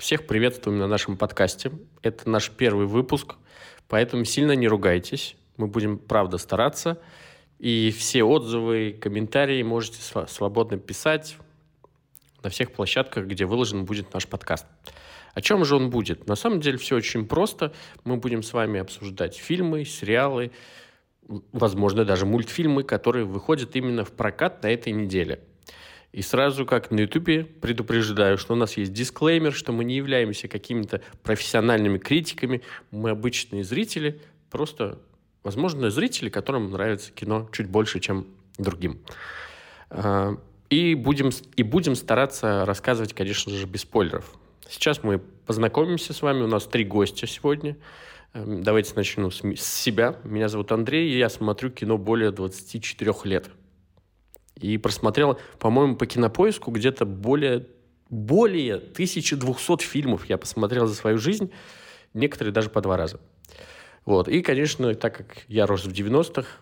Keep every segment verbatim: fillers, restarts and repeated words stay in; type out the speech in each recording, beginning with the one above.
Всех приветствуем на нашем подкасте. Это наш первый выпуск, поэтому сильно не ругайтесь. Мы будем, правда, стараться. И все отзывы, комментарии можете свободно писать на всех площадках, где выложен будет наш подкаст. О чем же он будет? На самом деле все очень просто. Мы будем с вами обсуждать фильмы, сериалы, возможно, даже мультфильмы, которые выходят именно в прокат на этой неделе. И сразу, как на Ютубе, предупреждаю, что у нас есть дисклеймер, что мы не являемся какими-то профессиональными критиками. Мы обычные зрители, просто, возможно, зрители, которым нравится кино чуть больше, чем другим. И будем, и будем стараться рассказывать, конечно же, без спойлеров. Сейчас мы познакомимся с вами. У нас три гостя сегодня. Давайте начну с себя. Меня зовут Андрей, и я смотрю кино более двадцати четырёх лет. И просмотрел, по-моему, по Кинопоиску где-то более, более тысячи двухсот фильмов я посмотрел за свою жизнь, некоторые даже по два раза. Вот. И, конечно, так как я рос в девяностых,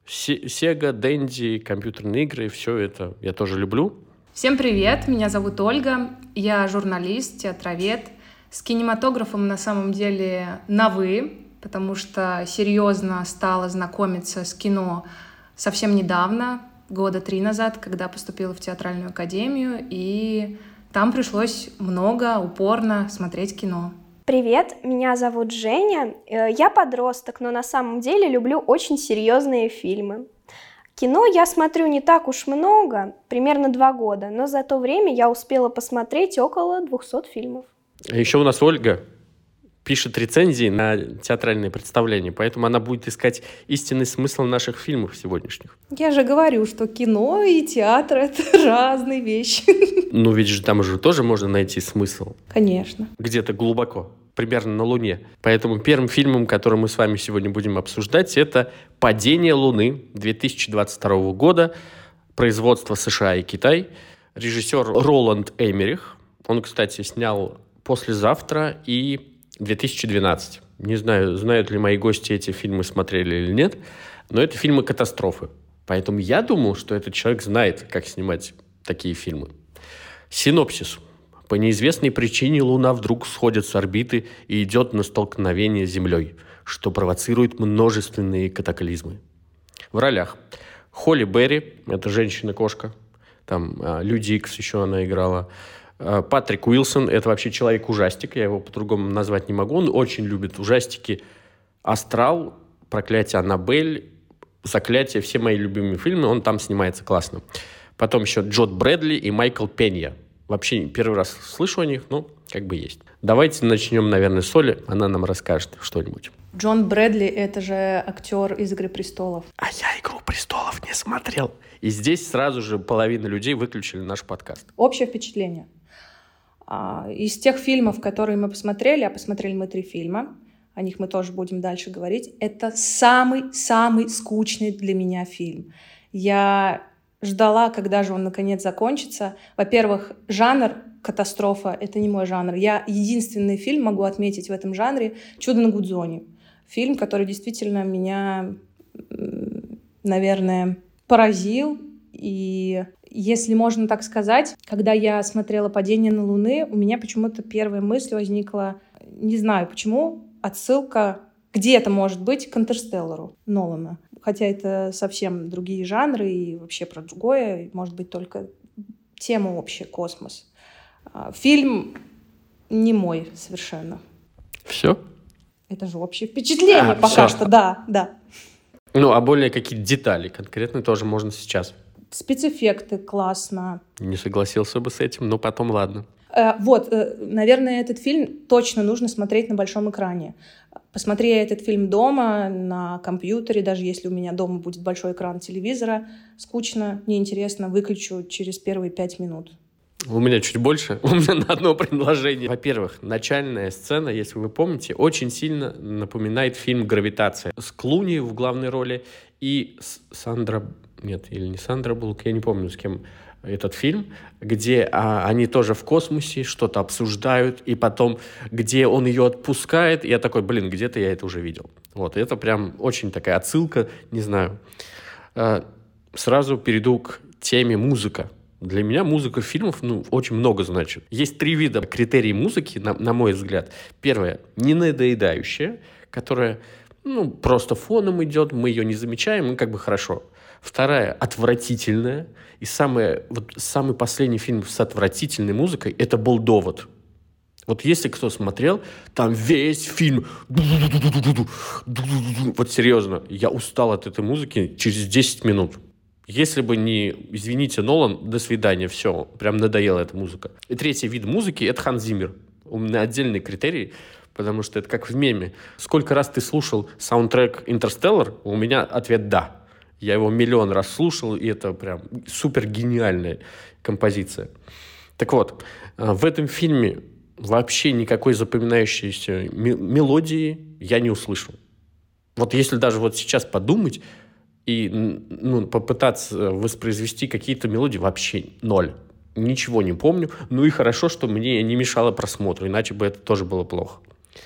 Sega, Dendy, компьютерные игры, все это я тоже люблю. Всем привет, меня зовут Ольга, я журналист, театровед. С кинематографом на самом деле на «вы», потому что серьезно стала знакомиться с кино совсем недавно, года три назад, когда поступила в театральную академию, и там пришлось много, упорно смотреть кино. Привет, меня зовут Женя. Я подросток, но на самом деле люблю очень серьезные фильмы. Кино я смотрю не так уж много, примерно два года, но за то время я успела посмотреть около двухсот фильмов. А еще у нас Ольга пишет рецензии на театральные представления, поэтому она будет искать истинный смысл наших фильмов сегодняшних. Я же говорю, что кино и театр — это разные вещи. Ну ведь же там же тоже можно найти смысл. Конечно. Где-то глубоко, примерно на Луне. Поэтому первым фильмом, который мы с вами сегодня будем обсуждать, это «Падение Луны» две тысячи двадцать второго года, производство США и Китай. Режиссер Роланд Эммерих. Он, кстати, снял «Послезавтра» и две тысячи двенадцать. Не знаю, знают ли мои гости эти фильмы, смотрели или нет, но это фильмы-катастрофы. Поэтому я думал, что этот человек знает, как снимать такие фильмы. Синопсис. По неизвестной причине Луна вдруг сходит с орбиты и идет на столкновение с Землей, что провоцирует множественные катаклизмы. В ролях Холли Берри, это женщина-кошка, там Люди Икс еще она играла, Патрик Уилсон, это вообще человек-ужастик, я его по-другому назвать не могу. Он очень любит ужастики. «Астрал», «Проклятие Аннабель», «Заклятие», все мои любимые фильмы, он там снимается классно. Потом еще Джо Брэдли и Майкл Пенья. Вообще первый раз слышу о них, но как бы есть. Давайте начнем, наверное, с Оли, она нам расскажет что-нибудь. Джон Брэдли — это же актер из «Игры престолов». А я «Игру престолов» не смотрел. И здесь сразу же половина людей выключили наш подкаст. Общее впечатление. Из тех фильмов, которые мы посмотрели, а посмотрели мы три фильма, о них мы тоже будем дальше говорить, это самый-самый скучный для меня фильм. Я ждала, когда же он наконец закончится. Во-первых, жанр катастрофа — это не мой жанр. Я единственный фильм могу отметить в этом жанре «Чудо на Гудзоне». Фильм, который действительно меня, наверное, поразил. И если можно так сказать, когда я смотрела «Падение на Луны», у меня почему-то первая мысль возникла, не знаю почему, отсылка где-то, может быть, к «Интерстеллару» Нолана. Хотя это совсем другие жанры и вообще про другое, может быть, только тема общая — космос. Фильм не мой совершенно. Все? Это же общее впечатление а, пока все. Что, да, да. Ну, а более какие-то детали конкретно тоже можно сейчас. Спецэффекты классно. Не согласился бы с этим, но потом ладно. Э, вот, э, наверное, этот фильм точно нужно смотреть на большом экране. Посмотри этот фильм дома, на компьютере, даже если у меня дома будет большой экран телевизора, скучно, неинтересно, выключу через первые пять минут. У меня чуть больше, у меня на одно предложение. Во-первых, начальная сцена, если вы помните, очень сильно напоминает фильм «Гравитация» с Клуни в главной роли и с Сандра... Нет, или не Сандра Буллок, я не помню, с кем этот фильм, где а, они тоже в космосе что-то обсуждают, и потом, где он ее отпускает, и я такой, блин, где-то я это уже видел. Вот, это прям очень такая отсылка, не знаю. А, сразу перейду к теме музыка. Для меня музыка фильмов ну, очень много значит. Есть три вида критерий музыки, на, на мой взгляд. Первое – не надоедающая, которая ну, просто фоном идет, мы ее не замечаем, ну как бы хорошо. Вторая – отвратительная. И самое, вот, самый последний фильм с отвратительной музыкой – это был «Довод». Вот если кто смотрел, там весь фильм... Вот серьезно, я устал от этой музыки через десять минут. Если бы не, извините, Нолан, до свидания, все, прям надоела эта музыка. И третий вид музыки – это Ханс Зиммер. У меня отдельный критерий, потому что это как в меме. Сколько раз ты слушал саундтрек «Интерстеллар»? У меня ответ «да». Я его миллион раз слушал, и это прям супер гениальная композиция. Так вот, в этом фильме вообще никакой запоминающейся мелодии я не услышал. Вот если даже вот сейчас подумать и ну, попытаться воспроизвести какие-то мелодии, вообще ноль. Ничего не помню. Ну и хорошо, что мне не мешало просмотру, иначе бы это тоже было плохо.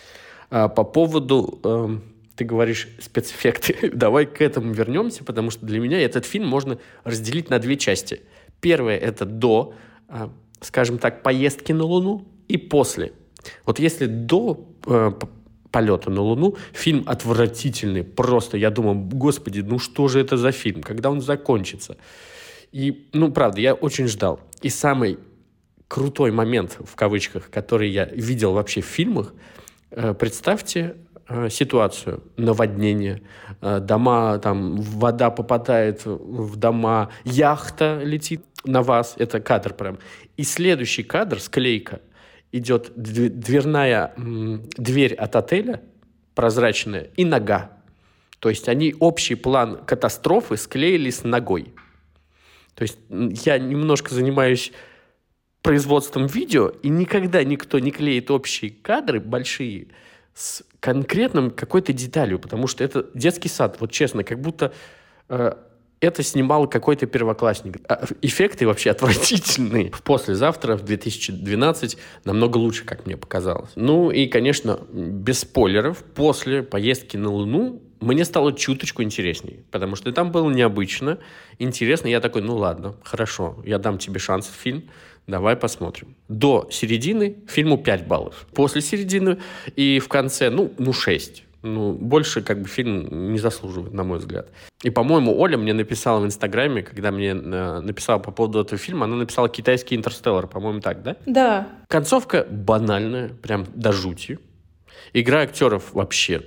А по поводу... Э, ты говоришь спецэффекты. Давай к этому вернемся, потому что для меня этот фильм можно разделить на две части. Первое – это до, э, скажем так, поездки на Луну, и после. Вот если до э, полета на Луну фильм отвратительный, просто я думаю, господи, ну что же это за фильм, когда он закончится? И, ну, правда, я очень ждал. И самый крутой момент, в кавычках, который я видел вообще в фильмах, э, представьте э, ситуацию, наводнение, э, дома, там, вода попадает в дома, яхта летит на вас, это кадр прям. И следующий кадр, склейка, идет дверная м, дверь от отеля, прозрачная, и нога. То есть они общий план катастрофы склеили с ногой. То есть я немножко занимаюсь производством видео, и никогда никто не клеит общие кадры большие с конкретным какой-то деталью, потому что это детский сад, вот честно, как будто... Э, это снимал какой-то первоклассник. Эффекты вообще отвратительные. Послезавтра, в две тысячи двенадцатом, намного лучше, как мне показалось. Ну и, конечно, без спойлеров, после поездки на Луну мне стало чуточку интереснее, потому что там было необычно, интересно. Я такой, ну ладно, хорошо, я дам тебе шанс в фильм, давай посмотрим. До середины фильму пять баллов. После середины и в конце, ну, ну шесть. Ну, больше как бы фильм не заслуживает, на мой взгляд. И, по-моему, Оля мне написала в Инстаграме, когда мне э, написала по поводу этого фильма, она написала «Китайский интерстеллар», по-моему, так, да? Да. Концовка банальная, прям до жути. Игра актеров вообще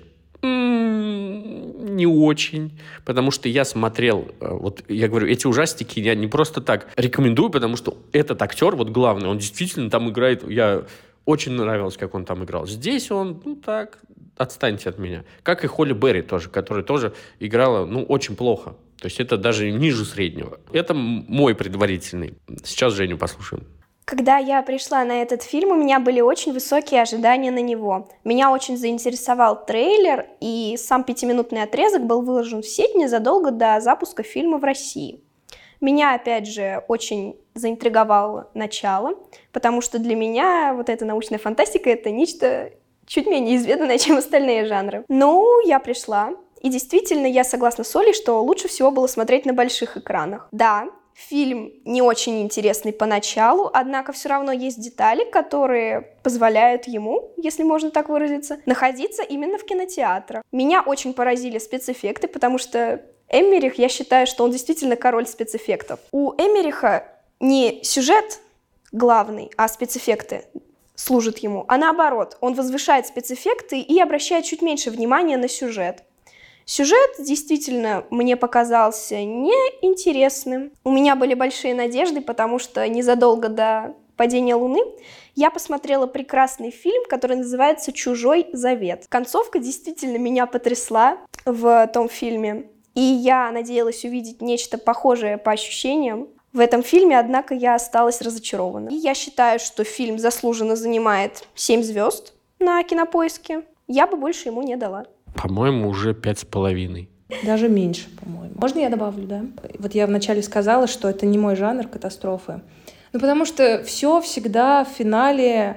м-м, не очень, потому что я смотрел, э, вот я говорю, эти ужастики я не просто так рекомендую, потому что этот актер, вот главный, он действительно там играет, я очень нравилось, как он там играл. Здесь он, ну так... Отстаньте от меня. Как и Холли Берри тоже, которая тоже играла, ну, очень плохо. То есть это даже ниже среднего. Это мой предварительный. Сейчас Женю послушаем. Когда я пришла на этот фильм, у меня были очень высокие ожидания на него. Меня очень заинтересовал трейлер, и сам пятиминутный отрезок был выложен в сеть незадолго до запуска фильма в России. Меня, опять же, очень заинтриговало начало, потому что для меня вот эта научная фантастика — это нечто чуть менее изведанное, чем остальные жанры. Ну, я пришла, и действительно, я согласна с Олей, что лучше всего было смотреть на больших экранах. Да, фильм не очень интересный поначалу, однако все равно есть детали, которые позволяют ему, если можно так выразиться, находиться именно в кинотеатрах. Меня очень поразили спецэффекты, потому что Эммерих, я считаю, что он действительно король спецэффектов. У Эммериха не сюжет главный, а спецэффекты служит ему, а наоборот, он возвышает спецэффекты и обращает чуть меньше внимания на сюжет. Сюжет действительно мне показался неинтересным. У меня были большие надежды, потому что незадолго до падения Луны я посмотрела прекрасный фильм, который называется «Чужой завет». Концовка действительно меня потрясла в том фильме, и я надеялась увидеть нечто похожее по ощущениям в этом фильме, однако я осталась разочарована. И я считаю, что фильм заслуженно занимает семь звезд на Кинопоиске. Я бы больше ему не дала. По-моему, уже пять с половиной. Даже меньше, по-моему. Можно я добавлю, да? Вот я вначале сказала, что это не мой жанр катастрофы. Ну, потому что все всегда в финале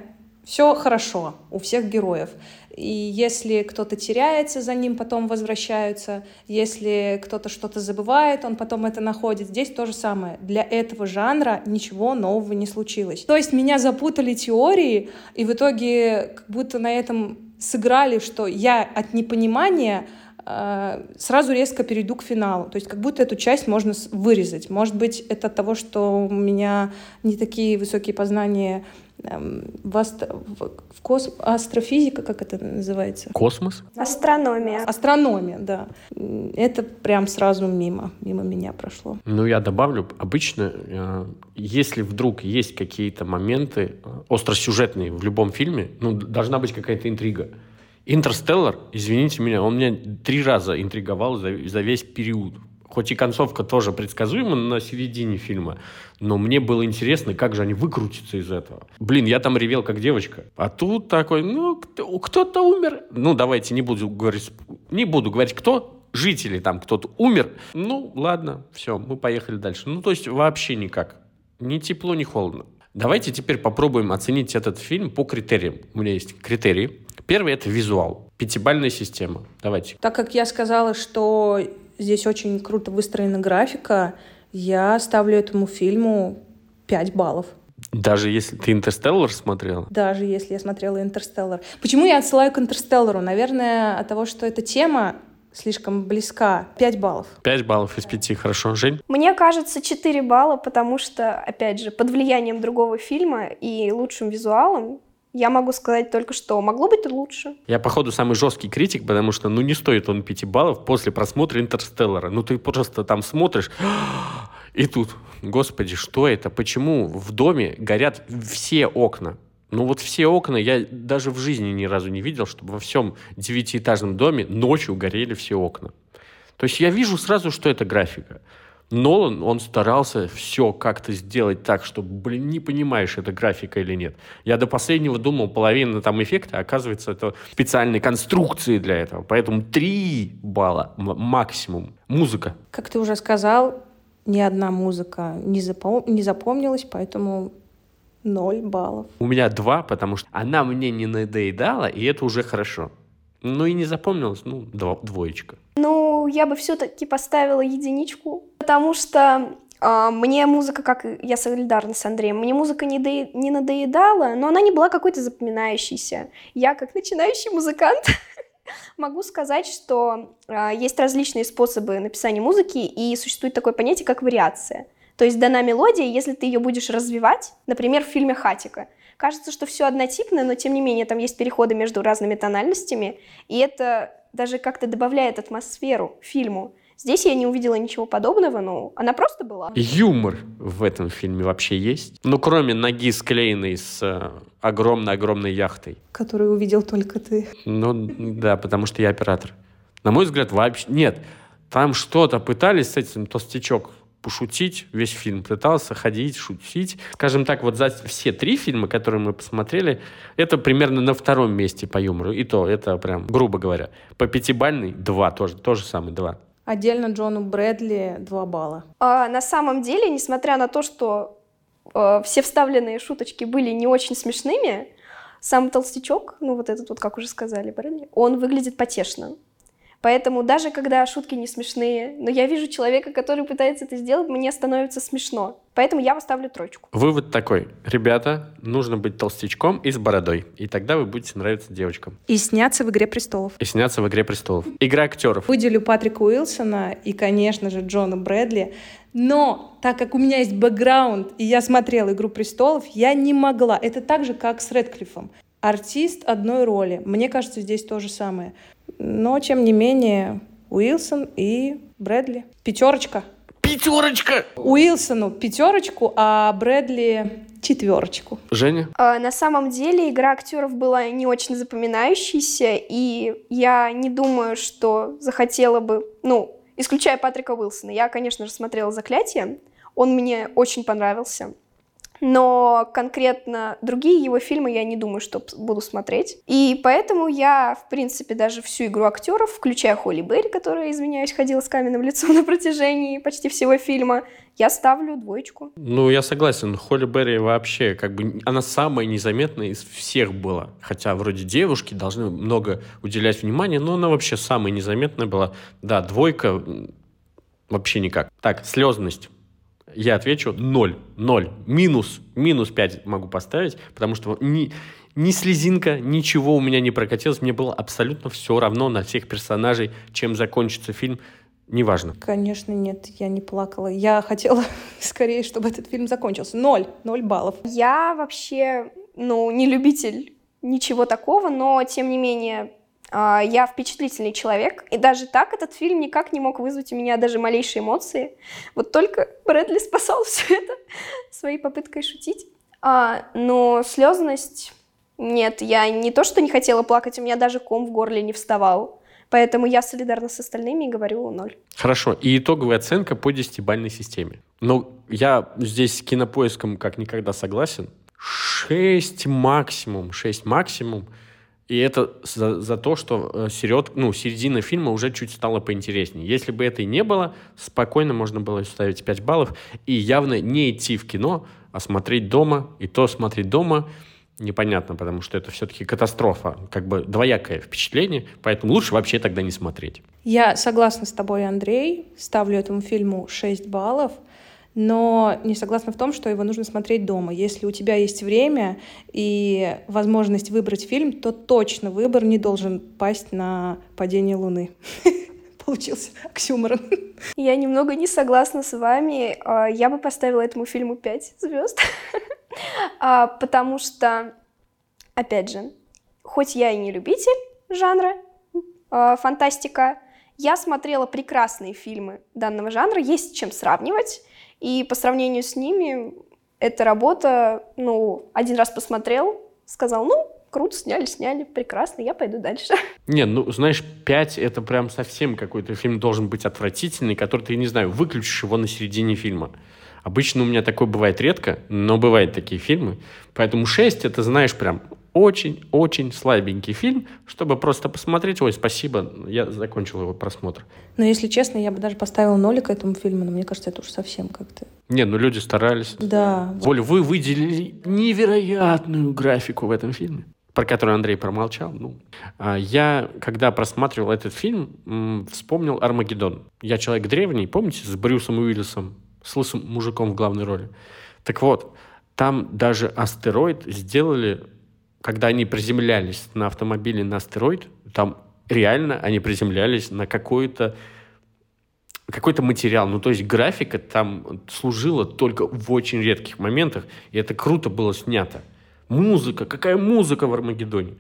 все хорошо у всех героев. И если кто-то теряется, за ним потом возвращаются. Если кто-то что-то забывает, он потом это находит. Здесь то же самое. Для этого жанра ничего нового не случилось. То есть меня запутали теории, и в итоге как будто на этом сыграли, что я от непонимания э, сразу резко перейду к финалу. То есть как будто эту часть можно вырезать. Может быть, это от того, что у меня не такие высокие познания в, астро... в кос... астрофизика, как это называется? Космос? Астрономия. Астрономия, да. Это прям сразу мимо, мимо меня прошло. Ну, я добавлю, обычно, если вдруг есть какие-то моменты остросюжетные в любом фильме, ну, должна быть какая-то интрига. «Интерстеллар», извините меня, он меня три раза интриговал за, за весь период. Хоть и концовка тоже предсказуема на середине фильма, но мне было интересно, как же они выкрутятся из этого. Блин, я там ревел как девочка. А тут такой, ну, кто-то умер. Ну, давайте не буду говорить, не буду говорить, кто. Жители там, кто-то умер. Ну, ладно, все, мы поехали дальше. Ну, то есть вообще никак. Ни тепло, ни холодно. Давайте теперь попробуем оценить этот фильм по критериям. У меня есть критерии. Первый — это визуал. Пятибалльная система. Давайте. Так как я сказала, что здесь очень круто выстроена графика, я ставлю этому фильму пять баллов. Даже если ты «Интерстеллар» смотрела? Даже если я смотрела «Интерстеллар». Почему я отсылаю к «Интерстеллару»? Наверное, от того, что эта тема слишком близка. пять баллов. пять баллов из пяти. Хорошо. Жень? Мне кажется, четыре балла, потому что, опять же, под влиянием другого фильма и лучшим визуалом я могу сказать только, что могло быть лучше. Я, походу, самый жесткий критик, потому что, ну, не стоит он пяти баллов после просмотра «Интерстеллара». Ну, ты просто там смотришь, и тут, господи, что это? Почему в доме горят все окна? Ну, вот все окна я даже в жизни ни разу не видел, чтобы во всем девятиэтажном доме ночью горели все окна. То есть я вижу сразу, что это графика. Нолан, он старался все как-то сделать так, что, блин, не понимаешь, это графика или нет. Я до последнего думал, половина там эффекта, оказывается, это специальные конструкции для этого. Поэтому три балла максимум. Музыка. Как ты уже сказал, ни одна музыка не, запом... не запомнилась, поэтому ноль баллов. У меня два, потому что она мне не надоедала, и это уже хорошо. Ну и не запомнилось, ну, дво... двоечка. Ну, я бы все-таки поставила единичку, потому что э, мне музыка, как я солидарна с Андреем, мне музыка не, до... не надоедала, но она не была какой-то запоминающейся. Я, как начинающий музыкант, могу сказать, что э, есть различные способы написания музыки, и существует такое понятие, как вариация. То есть дана мелодия, если ты ее будешь развивать, например, в фильме «Хатико», кажется, что все однотипно, но тем не менее там есть переходы между разными тональностями, и это даже как-то добавляет атмосферу фильму. Здесь я не увидела ничего подобного, но она просто была. Юмор в этом фильме вообще есть? Ну, кроме ноги, склеенной с э, огромной-огромной яхтой. Которую увидел только ты. Ну, да, потому что я оператор. На мой взгляд, вообще... Нет, там что-то пытались с этим толстячок пошутить, весь фильм пытался ходить, шутить. Скажем так, вот за все три фильма, которые мы посмотрели, это примерно на втором месте по юмору. И то, это прям, грубо говоря. По пятибалльной два, тоже, то же самое, два. Отдельно Джону Брэдли два балла. А, на самом деле, несмотря на то, что э, все вставленные шуточки были не очень смешными, сам толстячок, ну вот этот вот, как уже сказали, Брэдли, он выглядит потешно. Поэтому даже когда шутки не смешные, но я вижу человека, который пытается это сделать, мне становится смешно. Поэтому я поставлю троечку. Вывод такой. Ребята, нужно быть толстячком и с бородой. И тогда вы будете нравиться девочкам. И сняться в «Игре престолов». И сняться в «Игре престолов». Игра актеров. Выделю Патрика Уилсона и, конечно же, Джона Брэдли. Но так как у меня есть бэкграунд, и я смотрела «Игру престолов», я не могла. Это так же, как с Рэдклиффом. Артист одной роли. Мне кажется, здесь то же самое. Но, тем не менее, Уилсон и Брэдли. Пятерочка. Пятерочка! Уилсону пятерочку, а Брэдли четверочку. Женя? А, на самом деле, игра актеров была не очень запоминающейся, и я не думаю, что захотела бы... Ну, исключая Патрика Уилсона. Я, конечно же, смотрела «Заклятие». Он мне очень понравился. но конкретно другие его фильмы я не думаю, что буду смотреть. И поэтому я, в принципе, даже всю игру актеров, включая Холли Берри, которая, извиняюсь, ходила с каменным лицом на протяжении почти всего фильма, я ставлю двоечку. Ну, я согласен. Холли Берри вообще, как бы, она самая незаметная из всех была. Хотя вроде девушки должны много уделять внимания, но она вообще самая незаметная была. Да, двойка вообще никак. Так, слезность. Я отвечу ноль, ноль, минус, минус пять могу поставить, потому что ни, ни слезинка, ничего у меня не прокатилось, мне было абсолютно все равно на всех персонажей, чем закончится фильм, неважно. Конечно, нет, я не плакала. Я хотела скорее, чтобы этот фильм закончился. Ноль, ноль баллов. Я вообще, ну, не любитель ничего такого, но, тем не менее, я впечатлительный человек, и даже так этот фильм никак не мог вызвать у меня даже малейшие эмоции. Вот только Брэдли спасал все это своей попыткой шутить. А, но слезность... Нет, я не то, что не хотела плакать, у меня даже ком в горле не вставал. Поэтому я солидарна с остальными и говорю ноль. Хорошо, и итоговая оценка по десятибалльной системе. Но я здесь с Кинопоиском как никогда согласен. шесть максимум, шесть максимум. И это за, за то, что серед, ну, середина фильма уже чуть стала поинтереснее. Если бы это и не было, спокойно можно было ставить пять баллов. И явно не идти в кино, а смотреть дома. И то смотреть дома непонятно, потому что это все-таки катастрофа. Как бы двоякое впечатление. Поэтому лучше вообще тогда не смотреть. Я согласна с тобой, Андрей. Ставлю этому фильму шесть баллов. Но не согласна в том, что его нужно смотреть дома. Если у тебя есть время и возможность выбрать фильм, то точно выбор не должен пасть на «Падение Луны». Получился оксюморон. Я немного не согласна с вами. Я бы поставила этому фильму пять звезд. Потому что, опять же, хоть я и не любитель жанра фантастика, я смотрела прекрасные фильмы данного жанра, есть с чем сравнивать. И по сравнению с ними эта работа, ну, один раз посмотрел, сказал, ну, круто, сняли, сняли, прекрасно, я пойду дальше. Не, ну, знаешь, пять — это прям совсем какой-то фильм должен быть отвратительный, который ты, не знаю, выключишь его на середине фильма. Обычно у меня такое бывает редко, но бывают такие фильмы. Поэтому шесть — это, знаешь, прям очень-очень слабенький фильм, чтобы просто посмотреть. Ой, спасибо, я закончил его просмотр. Но, если честно, я бы даже поставила нолик этому фильму, но мне кажется, это уж совсем как-то... Не, ну люди старались. Да. Оля, вы выделили невероятную графику в этом фильме, про которую Андрей промолчал. Ну, я, когда просматривал этот фильм, вспомнил «Армагеддон». Я человек древний, помните, с Брюсом Уиллисом, с лысым мужиком в главной роли. Так вот, там даже астероид сделали... Когда они приземлялись на автомобиле на астероид, там реально они приземлялись на какой-то какой-то материал. Ну, то есть графика там служила только в очень редких моментах, и это круто было снято. Музыка, какая музыка в «Армагеддоне».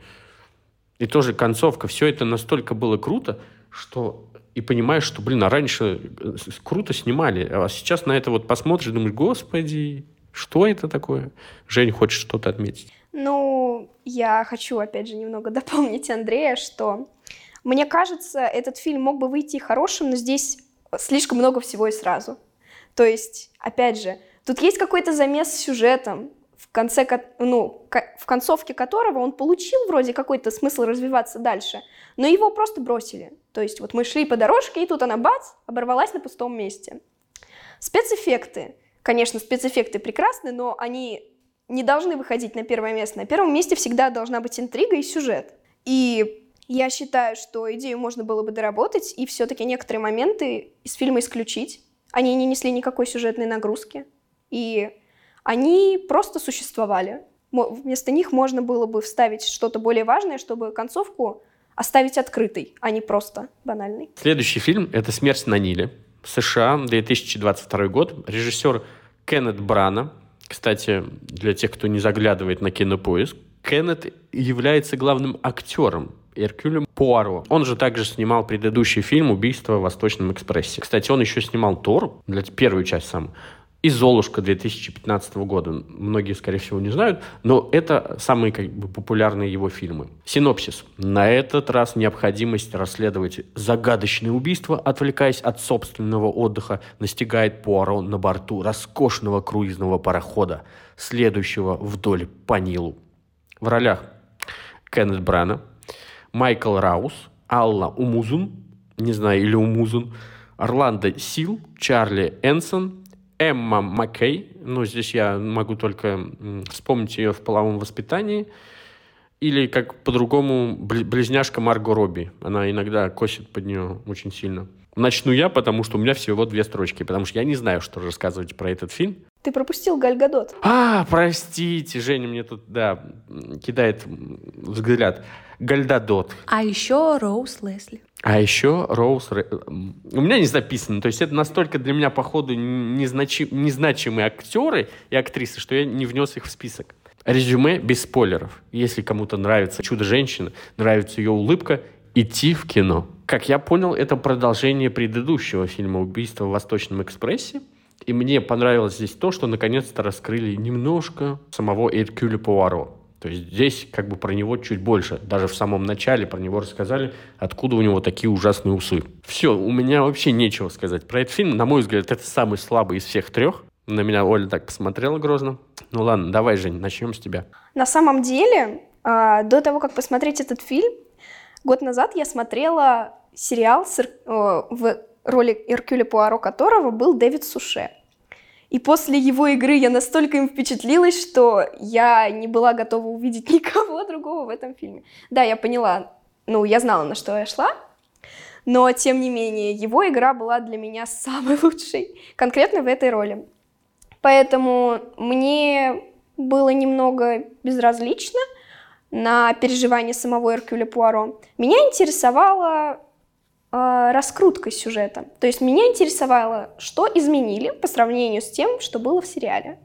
И тоже концовка. Все это настолько было круто, что... И понимаешь, что, блин, а раньше круто снимали, а сейчас на это вот посмотришь, думаешь, господи, что это такое? Жень, хочешь что-то отметить? Ну, я хочу, опять же, немного дополнить Андрея, что мне кажется, этот фильм мог бы выйти хорошим, но здесь слишком много всего и сразу. То есть, опять же, тут есть какой-то замес с сюжетом, в конце, ну, в концовке которого он получил вроде какой-то смысл развиваться дальше, но его просто бросили. То есть вот мы шли по дорожке, и тут она, бац, оборвалась на пустом месте. Спецэффекты. Конечно, спецэффекты прекрасны, но они не должны выходить на первое место. На первом месте всегда должна быть интрига и сюжет. И я считаю, что идею можно было бы доработать, и все-таки некоторые моменты из фильма исключить. Они не несли никакой сюжетной нагрузки. И они просто существовали. Вместо них можно было бы вставить что-то более важное, чтобы концовку оставить открытой, а не просто банальной. Следующий фильм — это «Смерть на Ниле». США, две тысячи двадцать второй год. Режиссер Кеннет Брана. Кстати, для тех, кто не заглядывает на Кинопоиск, Кеннет является главным актером Эркюлем Пуаро. Он же также снимал предыдущий фильм «Убийство в Восточном экспрессе». Кстати, он еще снимал «Тор», для первую часть сам. и «Золушка» две тысячи пятнадцатого года. Многие, скорее всего, не знают, но это самые как бы, популярные его фильмы. Синопсис. На этот раз необходимость расследовать загадочные убийства, отвлекаясь от собственного отдыха, настигает Пуаро на борту роскошного круизного парохода, следующего вдоль по Нилу. В ролях Кеннет Брана, Майкл Раус, Алла Умузун, не знаю, или Умузун, Орландо Сил, Чарли Энсон, Эмма Маккей, ну, здесь я могу только вспомнить ее в «Половом воспитании», или, как по-другому, близняшка Марго Робби. Она иногда косит под нее очень сильно. Начну я, потому что у меня всего две строчки, потому что я не знаю, что рассказывать про этот фильм. Ты пропустил Галь Гадот. А, простите, Женя мне тут, да, кидает взгляд. Галь Гадот. А еще Роуз Лесли. А еще Роуз... У меня не записано. То есть это настолько для меня, походу, незначи... незначимые актеры и актрисы, что я не внес их в список. Резюме без спойлеров. Если кому-то нравится «Чудо-женщина», нравится ее улыбка, идти в кино. Как я понял, это продолжение предыдущего фильма «Убийство в Восточном экспрессе». И мне понравилось здесь то, что наконец-то раскрыли немножко самого Эркюля Пуаро. То есть здесь как бы про него чуть больше. Даже в самом начале про него рассказали, откуда у него такие ужасные усы. Все, у меня вообще нечего сказать про этот фильм. На мой взгляд, это самый слабый из всех трех. На меня Оля так посмотрела грозно. Ну ладно, давай, Жень, начнем с тебя. На самом деле, до того, как посмотреть этот фильм, год назад я смотрела сериал, в роли Эркюля Пуаро которого был Дэвид Суше. И после его игры я настолько им впечатлилась, что я не была готова увидеть никого другого в этом фильме. Да, я поняла, ну, я знала, на что я шла, но, тем не менее, его игра была для меня самой лучшей, конкретно в этой роли. Поэтому мне было немного безразлично на переживания самого Эркюля Пуаро. Меня интересовала раскрутка сюжета. То есть меня интересовало, что изменили по сравнению с тем, что было в сериале.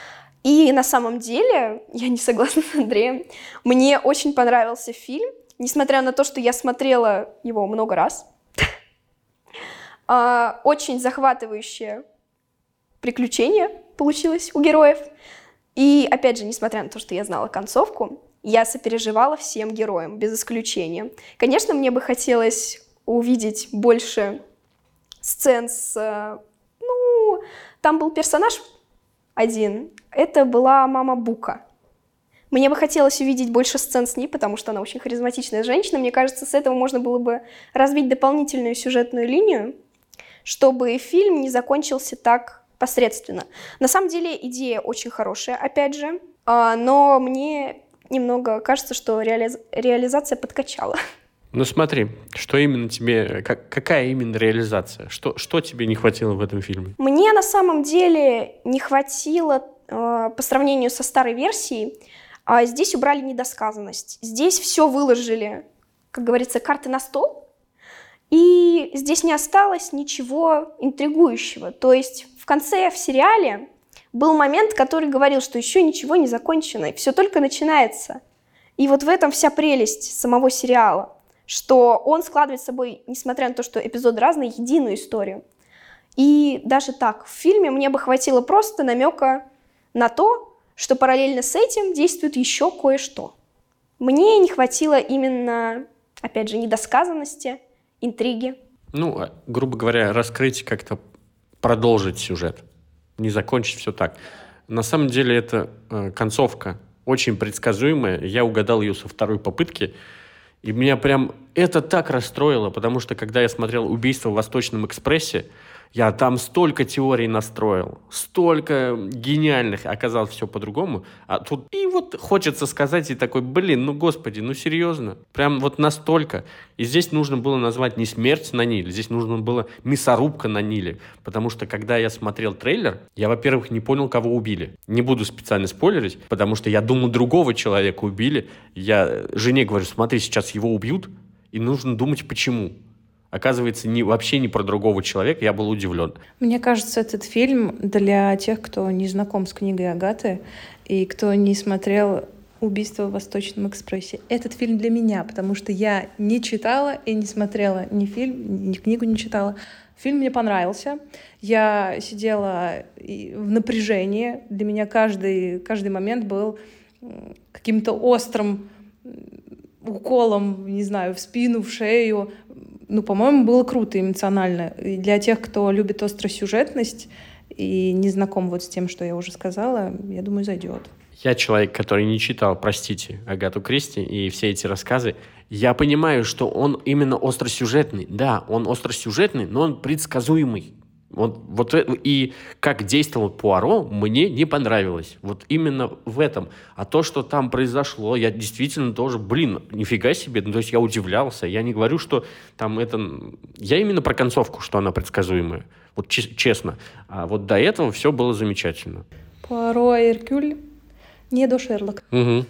И на самом деле, я не согласна с Андреем, мне очень понравился фильм, несмотря на то, что я смотрела его много раз. Очень захватывающее приключение получилось у героев. И опять же, несмотря на то, что я знала концовку, я сопереживала всем героям, без исключения. Конечно, мне бы хотелось увидеть больше сцен с... Ну, там был персонаж один. Это была мама Бука. Мне бы хотелось увидеть больше сцен с ней, потому что она очень харизматичная женщина. Мне кажется, с этого можно было бы развить дополнительную сюжетную линию, чтобы фильм не закончился так посредственно. На самом деле идея очень хорошая, опять же, но мне немного кажется, что реали... реализация подкачала. Ну смотри, что именно тебе, как, какая именно реализация? Что, что тебе не хватило в этом фильме? Мне на самом деле не хватило э, по сравнению со старой версией. А здесь убрали недосказанность. Здесь все выложили, как говорится, карты на стол. И здесь не осталось ничего интригующего. То есть в конце, в сериале, был момент, который говорил, что еще ничего не закончено, и все только начинается. И вот в этом вся прелесть самого сериала, что он складывает с собой, несмотря на то, что эпизоды разные, единую историю. И даже так, в фильме мне бы хватило просто намека на то, что параллельно с этим действует еще кое-что. Мне не хватило именно, опять же, недосказанности, интриги. Ну, грубо говоря, раскрыть, как-то продолжить сюжет, не закончить все так. На самом деле это э, концовка очень предсказуемая. Я угадал ее со второй попытки. И меня прям это так расстроило, потому что, когда я смотрел «Убийство в Восточном экспрессе», я там столько теорий настроил, столько гениальных, оказалось все по-другому. А тут и вот хочется сказать и такой, блин, ну господи, ну серьезно. Прям вот настолько. И здесь нужно было назвать не «Смерть на Ниле», здесь нужно было «Мясорубка на Ниле». Потому что, когда я смотрел трейлер, я, во-первых, не понял, кого убили. Не буду специально спойлерить, потому что я думал, другого человека убили. Я жене говорю, смотри, сейчас его убьют, и нужно думать, почему. Оказывается, не, вообще не про другого человека, я был удивлен. Мне кажется, этот фильм для тех, кто не знаком с книгой Агаты и кто не смотрел «Убийство в Восточном экспрессе». Этот фильм для меня, потому что я не читала и не смотрела ни фильм, ни книгу не читала. Фильм мне понравился. Я сидела в напряжении. Для меня каждый, каждый момент был каким-то острым уколом, не знаю, в спину, в шею. Ну, по-моему, было круто эмоционально. И для тех, кто любит остросюжетность и не знаком вот с тем, что я уже сказала, я думаю, зайдет. Я человек, который не читал, простите, Агату Кристи и все эти рассказы. Я понимаю, что он именно остросюжетный. Да, он остросюжетный, но он предсказуемый. Вот, вот, и как действовал Пуаро, мне не понравилось. Вот именно в этом. А то, что там произошло, я действительно тоже, блин, нифига себе. Ну, то есть я удивлялся. Я не говорю, что там это... Я именно про концовку, что она предсказуемая. Вот честно. А вот до этого все было замечательно. Пуаро и Эркюль не до Шерлока. Угу.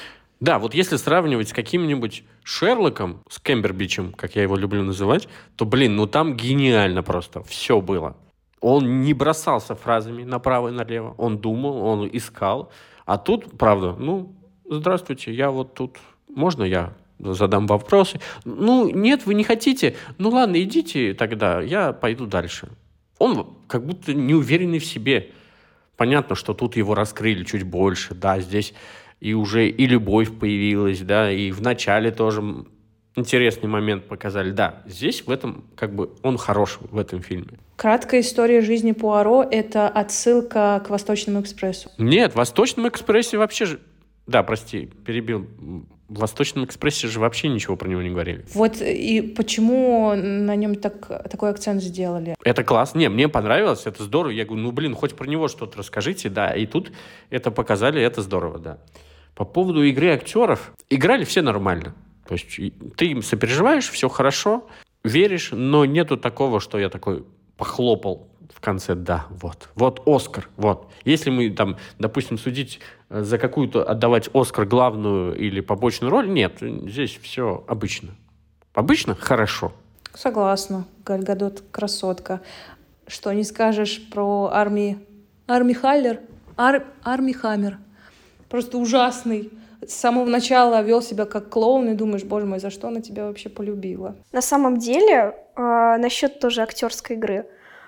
Да, вот если сравнивать с каким-нибудь Шерлоком, с Кембербичем, как я его люблю называть, то, блин, ну там гениально просто. Все было. Он не бросался фразами направо и налево. Он думал, он искал. А тут, правда, ну, здравствуйте, я вот тут... Можно я задам вопросы? Ну, нет, вы не хотите? Ну, ладно, идите тогда, я пойду дальше. Он как будто неуверенный в себе. Понятно, что тут его раскрыли чуть больше, да, здесь и уже и любовь появилась, да, и в начале тоже интересный момент показали. Да, здесь в этом, как бы, он хорош в этом фильме. Краткая история жизни Пуаро — это отсылка к «Восточному экспрессу». Нет, в «Восточном экспрессе» вообще же... Да, прости, перебил. В «Восточном экспрессе» же вообще ничего про него не говорили. Вот и почему на нем так, такой акцент сделали? Это классно. Не, мне понравилось, это здорово. Я говорю, ну, блин, хоть про него что-то расскажите, да. И тут это показали, это здорово, да. По поводу игры актеров. Играли все нормально. То есть ты им сопереживаешь, все хорошо, веришь, но нету такого, что я такой похлопал в конце, да, вот. Вот Оскар, вот. Если мы там, допустим, судить за какую-то, отдавать Оскар главную или побочную роль, нет, здесь все обычно. Обычно хорошо. Согласна. Галь Гадот красотка. Что не скажешь про Арми... Арми Халлер? Ар... Арми Хаммер. Просто ужасный. С самого начала вел себя как клоун, и думаешь, боже мой, за что она тебя вообще полюбила? На самом деле, э, насчет тоже актерской игры,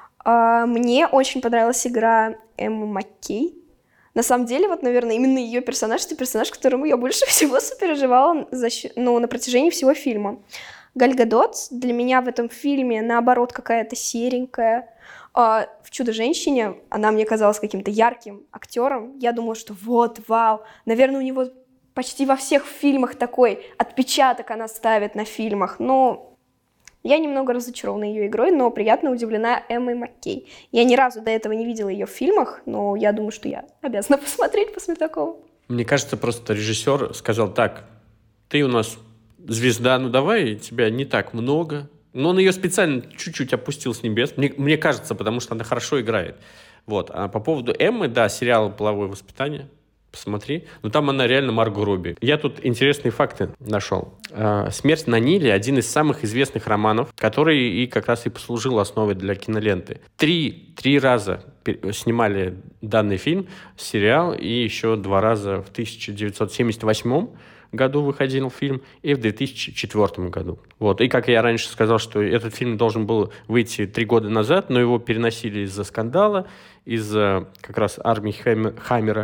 э, мне очень понравилась игра Эммы Маккей. На самом деле, вот, наверное, именно ее персонаж — это персонаж, которому я больше всего сопереживала за, ну, на протяжении всего фильма. Галь Гадот для меня в этом фильме, наоборот, какая-то серенькая. А в «Чудо-женщине» она мне казалась каким-то ярким актером. Я думала, что вот, вау, наверное, у него почти во всех фильмах такой отпечаток она ставит на фильмах. Но я немного разочарована ее игрой, но приятно удивлена Эммой Маккей. Я ни разу до этого не видела ее в фильмах, но я думаю, что я обязана посмотреть после такого. Мне кажется, просто режиссер сказал, так, ты у нас звезда, ну давай, тебя не так много. Но он ее специально чуть-чуть опустил с небес, мне, мне кажется, потому что она хорошо играет. Вот. А по поводу Эммы, да, сериал «Половое воспитание», посмотри. Но там она реально Марго Робби. Я тут интересные факты нашел. «Смерть на Ниле» — один из самых известных романов, который и как раз и послужил основой для киноленты. Три, три раза снимали данный фильм, сериал, и еще два раза в тысяча девятьсот семьдесят восьмом году выходил фильм, и в две тысячи четвёртом году. Вот. И как я раньше сказал, что этот фильм должен был выйти три года назад, но его переносили из-за скандала, из-за как раз Арми Хаммера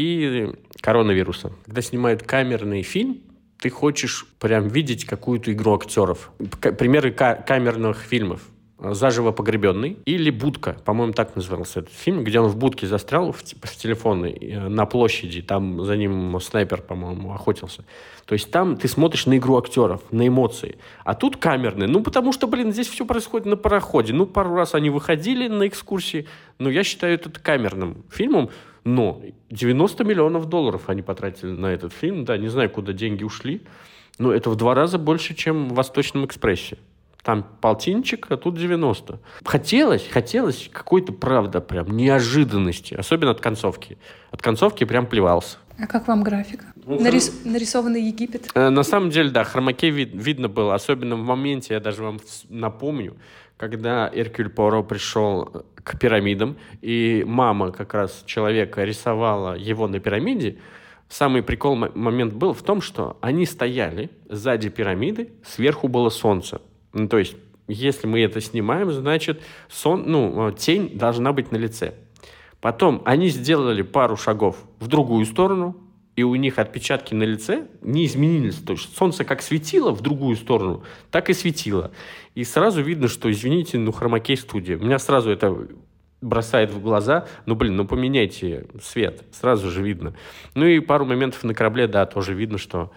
и коронавируса. Когда снимают камерный фильм, ты хочешь прям видеть какую-то игру актеров. Примеры камерных фильмов. «Заживо погребенный» или «Будка», по-моему, так назывался этот фильм, где он в будке застрял в, в телефонной на площади, там за ним снайпер, по-моему, охотился. То есть там ты смотришь на игру актеров, на эмоции. А тут камерный, ну потому что, блин, здесь все происходит на пароходе. Ну, пару раз они выходили на экскурсии, но я считаю это камерным фильмом. Но девяносто миллионов долларов они потратили на этот фильм, да, не знаю, куда деньги ушли, но это в два раза больше, чем в «Восточном экспрессе». Там полтинчик, а тут девяносто. Хотелось, хотелось какой-то, правда, прям неожиданности. Особенно от концовки. От концовки прям плевался. А как вам графика? Ну, Нарис... хром... Нарисованный Египет? Э, на самом деле, да, хромакей вид... видно было. Особенно в моменте, я даже вам напомню, когда Эркюль Пуаро пришел к пирамидам, и мама как раз человека рисовала его на пирамиде, самый прикол момент был в том, что они стояли сзади пирамиды, сверху было солнце. Ну, то есть, если мы это снимаем, значит, сон, ну, тень должна быть на лице. Потом они сделали пару шагов в другую сторону, и у них отпечатки на лице не изменились. То есть солнце как светило в другую сторону, так и светило. И сразу видно, что, извините, ну, хромакей-студия. У меня сразу это бросает в глаза. Ну, блин, ну поменяйте свет. Сразу же видно. Ну и пару моментов на корабле, да, тоже видно, что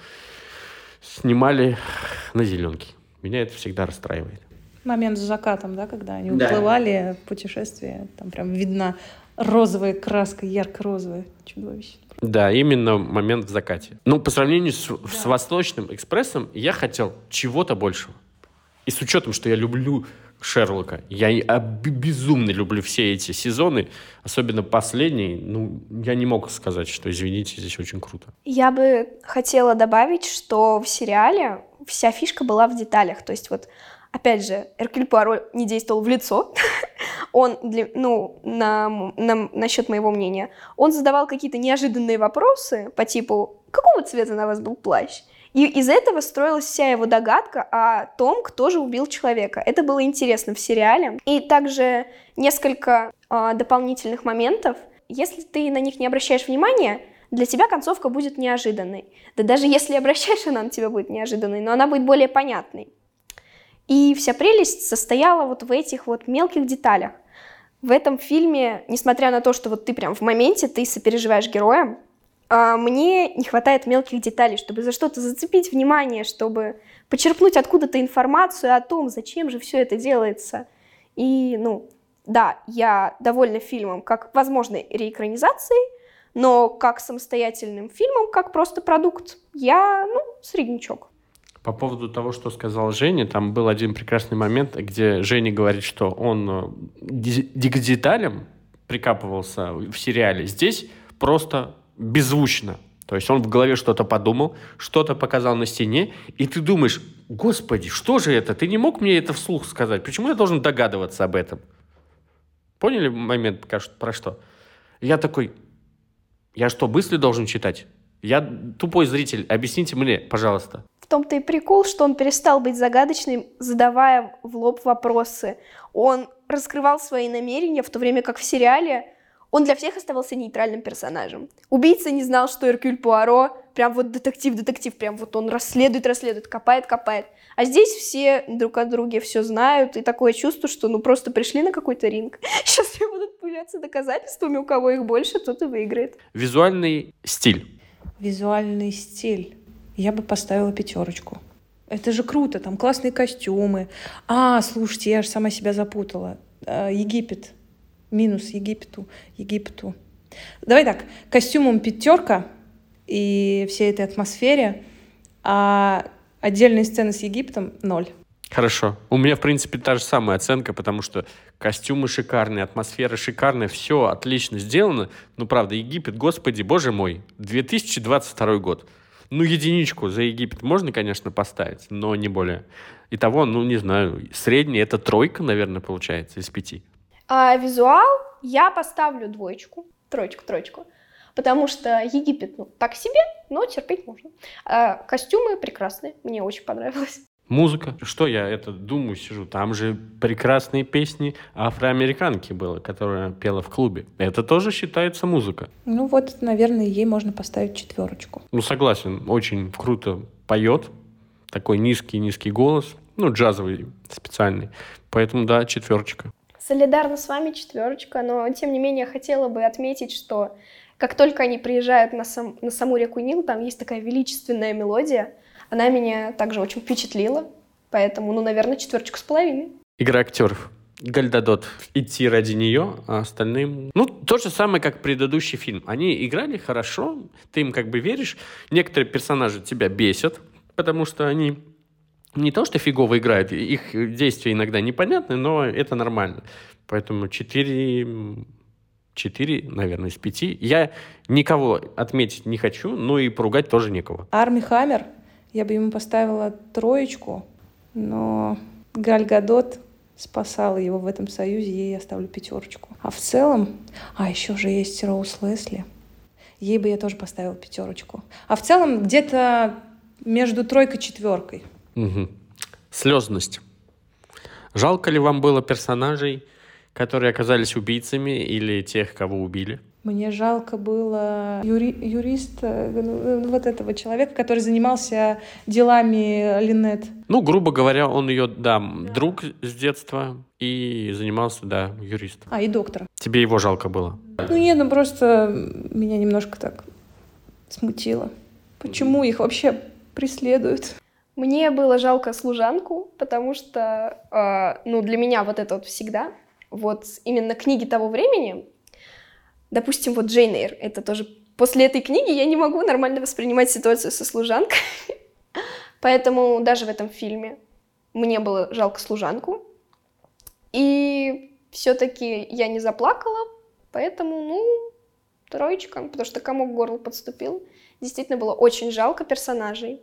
снимали на зеленке. Меня это всегда расстраивает. Момент с закатом, да, когда они Да. уплывали в путешествие, там прям видна розовая краска, ярко-розовая, чудовище. Да, именно момент в закате. Ну, по сравнению с, да. с «Восточным экспрессом» я хотел чего-то большего. И с учетом, что я люблю Шерлока, я и- а, б- безумно люблю все эти сезоны, особенно последний, ну, я не мог сказать, что, извините, здесь очень круто. Я бы хотела добавить, что в сериале вся фишка была в деталях. То есть вот, опять же, Эркюль Пуаро не действовал в лицо. Он, для, ну, на, на, насчет моего мнения, он задавал какие-то неожиданные вопросы по типу «Какого цвета на вас был плащ?». И из этого строилась вся его догадка о том, кто же убил человека. Это было интересно в сериале. И также несколько э, дополнительных моментов. Если ты на них не обращаешь внимания, для тебя концовка будет неожиданной. Да даже если обращаешь, она на тебя будет неожиданной, но она будет более понятной. И вся прелесть состояла вот в этих вот мелких деталях. В этом фильме, несмотря на то, что вот ты прям в моменте, ты сопереживаешь героям, мне не хватает мелких деталей, чтобы за что-то зацепить внимание, чтобы почерпнуть откуда-то информацию о том, зачем же все это делается. И, ну, да, я довольна фильмом как возможной реэкранизацией, но как самостоятельным фильмом, как просто продукт, я, ну, среднячок. По поводу того, что сказал Женя, там был один прекрасный момент, где Женя говорит, что он э, ди- к деталям прикапывался в сериале. Здесь просто беззвучно. То есть он в голове что-то подумал, что-то показал на стене, и ты думаешь, господи, что же это? Ты не мог мне это вслух сказать? Почему я должен догадываться об этом? Поняли момент про что? Я такой, я что, мысли должен читать? Я тупой зритель, объясните мне, пожалуйста. В том-то и прикол, что он перестал быть загадочным, задавая в лоб вопросы. Он раскрывал свои намерения, в то время как в сериале он для всех оставался нейтральным персонажем. Убийца не знал, что Эркюль Пуаро прям вот детектив-детектив, прям вот он расследует, расследует, копает, копает. А здесь все друг о друге все знают, и такое чувство, что ну просто пришли на какой-то ринг. Сейчас все будут пуляться доказательствами, у кого их больше, тот и выиграет. Визуальный стиль. Визуальный стиль. Я бы поставила пятерочку. Это же круто, там классные костюмы. А, слушайте, я же сама себя запутала. А, Египет. Минус Египту. Египту. Давай так, костюмом пятерка и всей этой атмосфере, а отдельные сцены с Египтом ноль. Хорошо. У меня, в принципе, та же самая оценка, потому что костюмы шикарные, атмосфера шикарная, все отлично сделано. Ну, правда, Египет, господи, боже мой, две тысячи двадцать второй год. Ну, единичку за Египет можно, конечно, поставить, но не более. Итого, ну, не знаю, средняя это тройка, наверное, получается из пяти. А визуал я поставлю двоечку, троечку, троечку, потому что Египет, ну, так себе, но терпеть можно. А костюмы прекрасные, мне очень понравилось. Музыка. Что я это думаю, сижу? Там же прекрасные песни афроамериканки было, которая пела в клубе. Это тоже считается музыка. Ну вот, наверное, ей можно поставить четверочку. Ну, согласен, очень круто поет. Такой низкий-низкий голос. Ну, джазовый специальный. Поэтому, да, четверочка. Солидарна с вами четверочка, но, тем не менее, хотела бы отметить, что как только они приезжают на, сам, на саму реку Нил, там есть такая величественная мелодия. Она меня также очень впечатлила, поэтому, ну, наверное, четверочку с половиной. Игра актеров. Галь Гадот. Идти ради нее, а остальным... Ну, то же самое, как предыдущий фильм. Они играли хорошо, ты им как бы веришь. Некоторые персонажи тебя бесят, потому что они не то что фигово играют, их действия иногда непонятны, но это нормально. Поэтому четыре... Четыре, наверное, из пяти. Я никого отметить не хочу, но и поругать тоже некого. Арми Хаммер. Я бы ему поставила троечку, но Галь Гадот спасала его в этом союзе, ей я ставлю пятерочку. А в целом... А, еще же есть Роуз Лесли. ей бы я тоже поставила пятерочку. А в целом где-то между тройкой и четверкой. Угу. Слезность. Жалко ли вам было персонажей, которые оказались убийцами или тех, кого убили? Мне жалко было юри- юриста, ну, вот этого человека, который занимался делами Линет. Ну, грубо говоря, он ее, да, да, друг с детства и занимался, да, юристом. А, и доктора. Тебе его жалко было? Ну нет, ну просто меня немножко так смутило. Почему их вообще преследуют? Мне было жалко служанку, потому что, э, ну, для меня вот это вот всегда, вот именно книги того времени, допустим, вот Джейн Эйр, это тоже... После этой книги я не могу нормально воспринимать ситуацию со служанкой, поэтому даже в этом фильме мне было жалко служанку, и все-таки я не заплакала, поэтому, ну, троечка, потому что комок к горлу подступил. Действительно было очень жалко персонажей.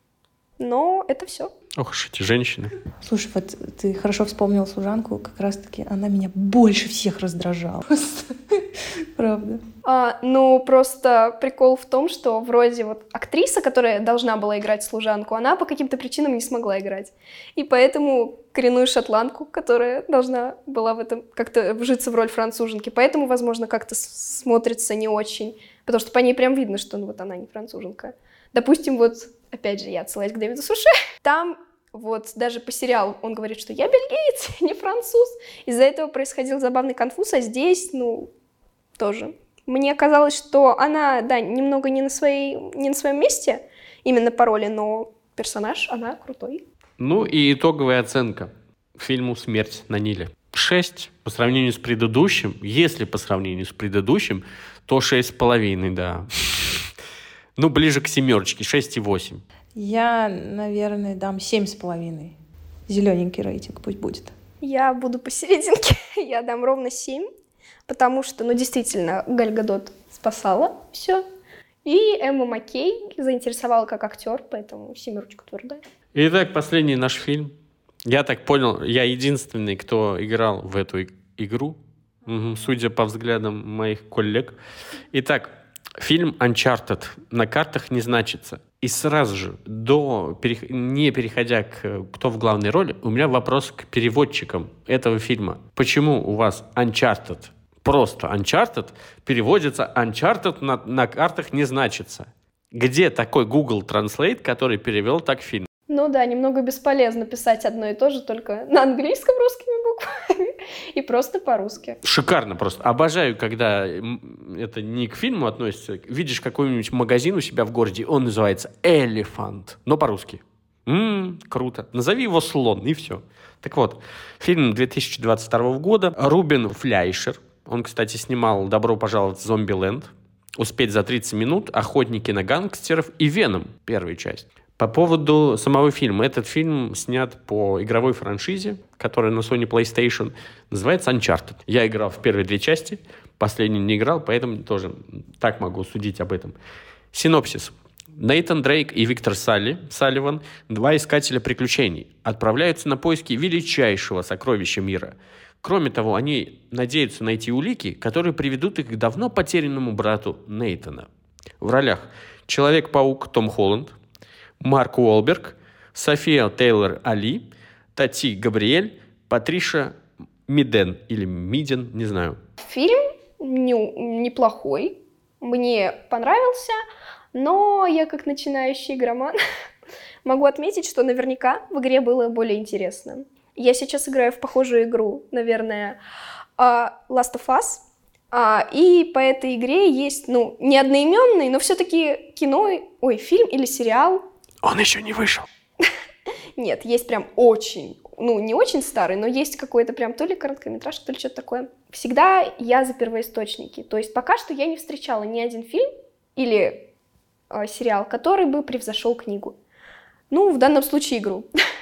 Но это все. Ох уж эти женщины. Слушай, вот ты хорошо вспомнила служанку, как раз-таки она меня больше всех раздражала. Просто. Правда. А, ну, просто прикол в том, что вроде вот актриса, которая должна была играть служанку, она по каким-то причинам не смогла играть. И поэтому коренную шотландку, которая должна была в этом как-то вжиться в роль француженки, поэтому, возможно, как-то смотрится не очень. Потому что по ней прям видно, что ну, вот она не француженка. Допустим, вот, опять же, я отсылаюсь к Дэвиду Суше. Там вот даже по сериалу он говорит, что я бельгиец, не француз. Из-за этого происходил забавный конфуз, а здесь, ну, тоже. Мне казалось, что она, да, немного не на, своей, не на своем месте, именно по роли, но персонаж, она крутой. Ну и итоговая оценка фильму «Смерть на Ниле». шесть по сравнению с предыдущим. Если по сравнению с предыдущим, то шесть с половиной, да. Ну, ближе к семерочке, шесть и восемь. Я, наверное, дам семь с половиной. Зелененький рейтинг пусть будет. Я буду посерединке. Я дам ровно семь, потому что, ну, действительно, Галь Гадот спасала все. И Эмма Маккей заинтересовала как актер, поэтому семерочка твердая. Итак, последний наш фильм. Я так понял, я единственный, кто играл в эту и- игру, угу, судя по взглядам моих коллег. Итак, фильм Uncharted на картах не значится. И сразу же, до, перех... не переходя к кто в главной роли, у меня вопрос к переводчикам этого фильма. Почему у вас Uncharted, просто Uncharted, переводится Uncharted на, на картах не значится? Где такой Google Translate, который перевел так фильм? Ну да, немного бесполезно писать одно и то же, только на английском русскими буквами и просто по-русски. Шикарно просто. Обожаю, когда это не к фильму относится. Видишь какой-нибудь магазин у себя в городе, он называется «Элефант», но по-русски. М-м, круто. Назови его «Слон», и все. Так вот, фильм две тысячи двадцать второго года. Рубен Фляйшер. Он, кстати, снимал «Добро пожаловать в Зомбиленд», «Успеть за тридцать минут», «Охотники на гангстеров» и «Веном», первая часть. По поводу самого фильма. Этот фильм снят по игровой франшизе, которая на Sony PlayStation, называется Uncharted. Я играл в первые две части, последний не играл, поэтому тоже так могу судить об этом. Синопсис. Нейтан Дрейк и Виктор Салли, Салливан, два искателя приключений, отправляются на поиски величайшего сокровища мира. Кроме того, они надеются найти улики, которые приведут их к давно потерянному брату Нейтана. В ролях Человек-паук Том Холланд, Марк Уолберг, София Тейлор-Али, Тати Габриэль, Патриша Миден или Миден, не знаю. Фильм не, неплохой, мне понравился, но я как начинающий игроман могу отметить, что наверняка в игре было более интересно. Я сейчас играю в похожую игру, наверное, Last of Us, и по этой игре есть, ну, не одноименный, но все-таки кино, ой, фильм или сериал. Он еще не вышел. Нет, есть прям очень, ну, не очень старый, но есть какой-то прям то ли короткометражка, то ли что-то такое. Всегда я за первоисточники. То есть пока что я не встречала ни один фильм или э, сериал, который бы превзошел книгу. Ну, в данном случае игру.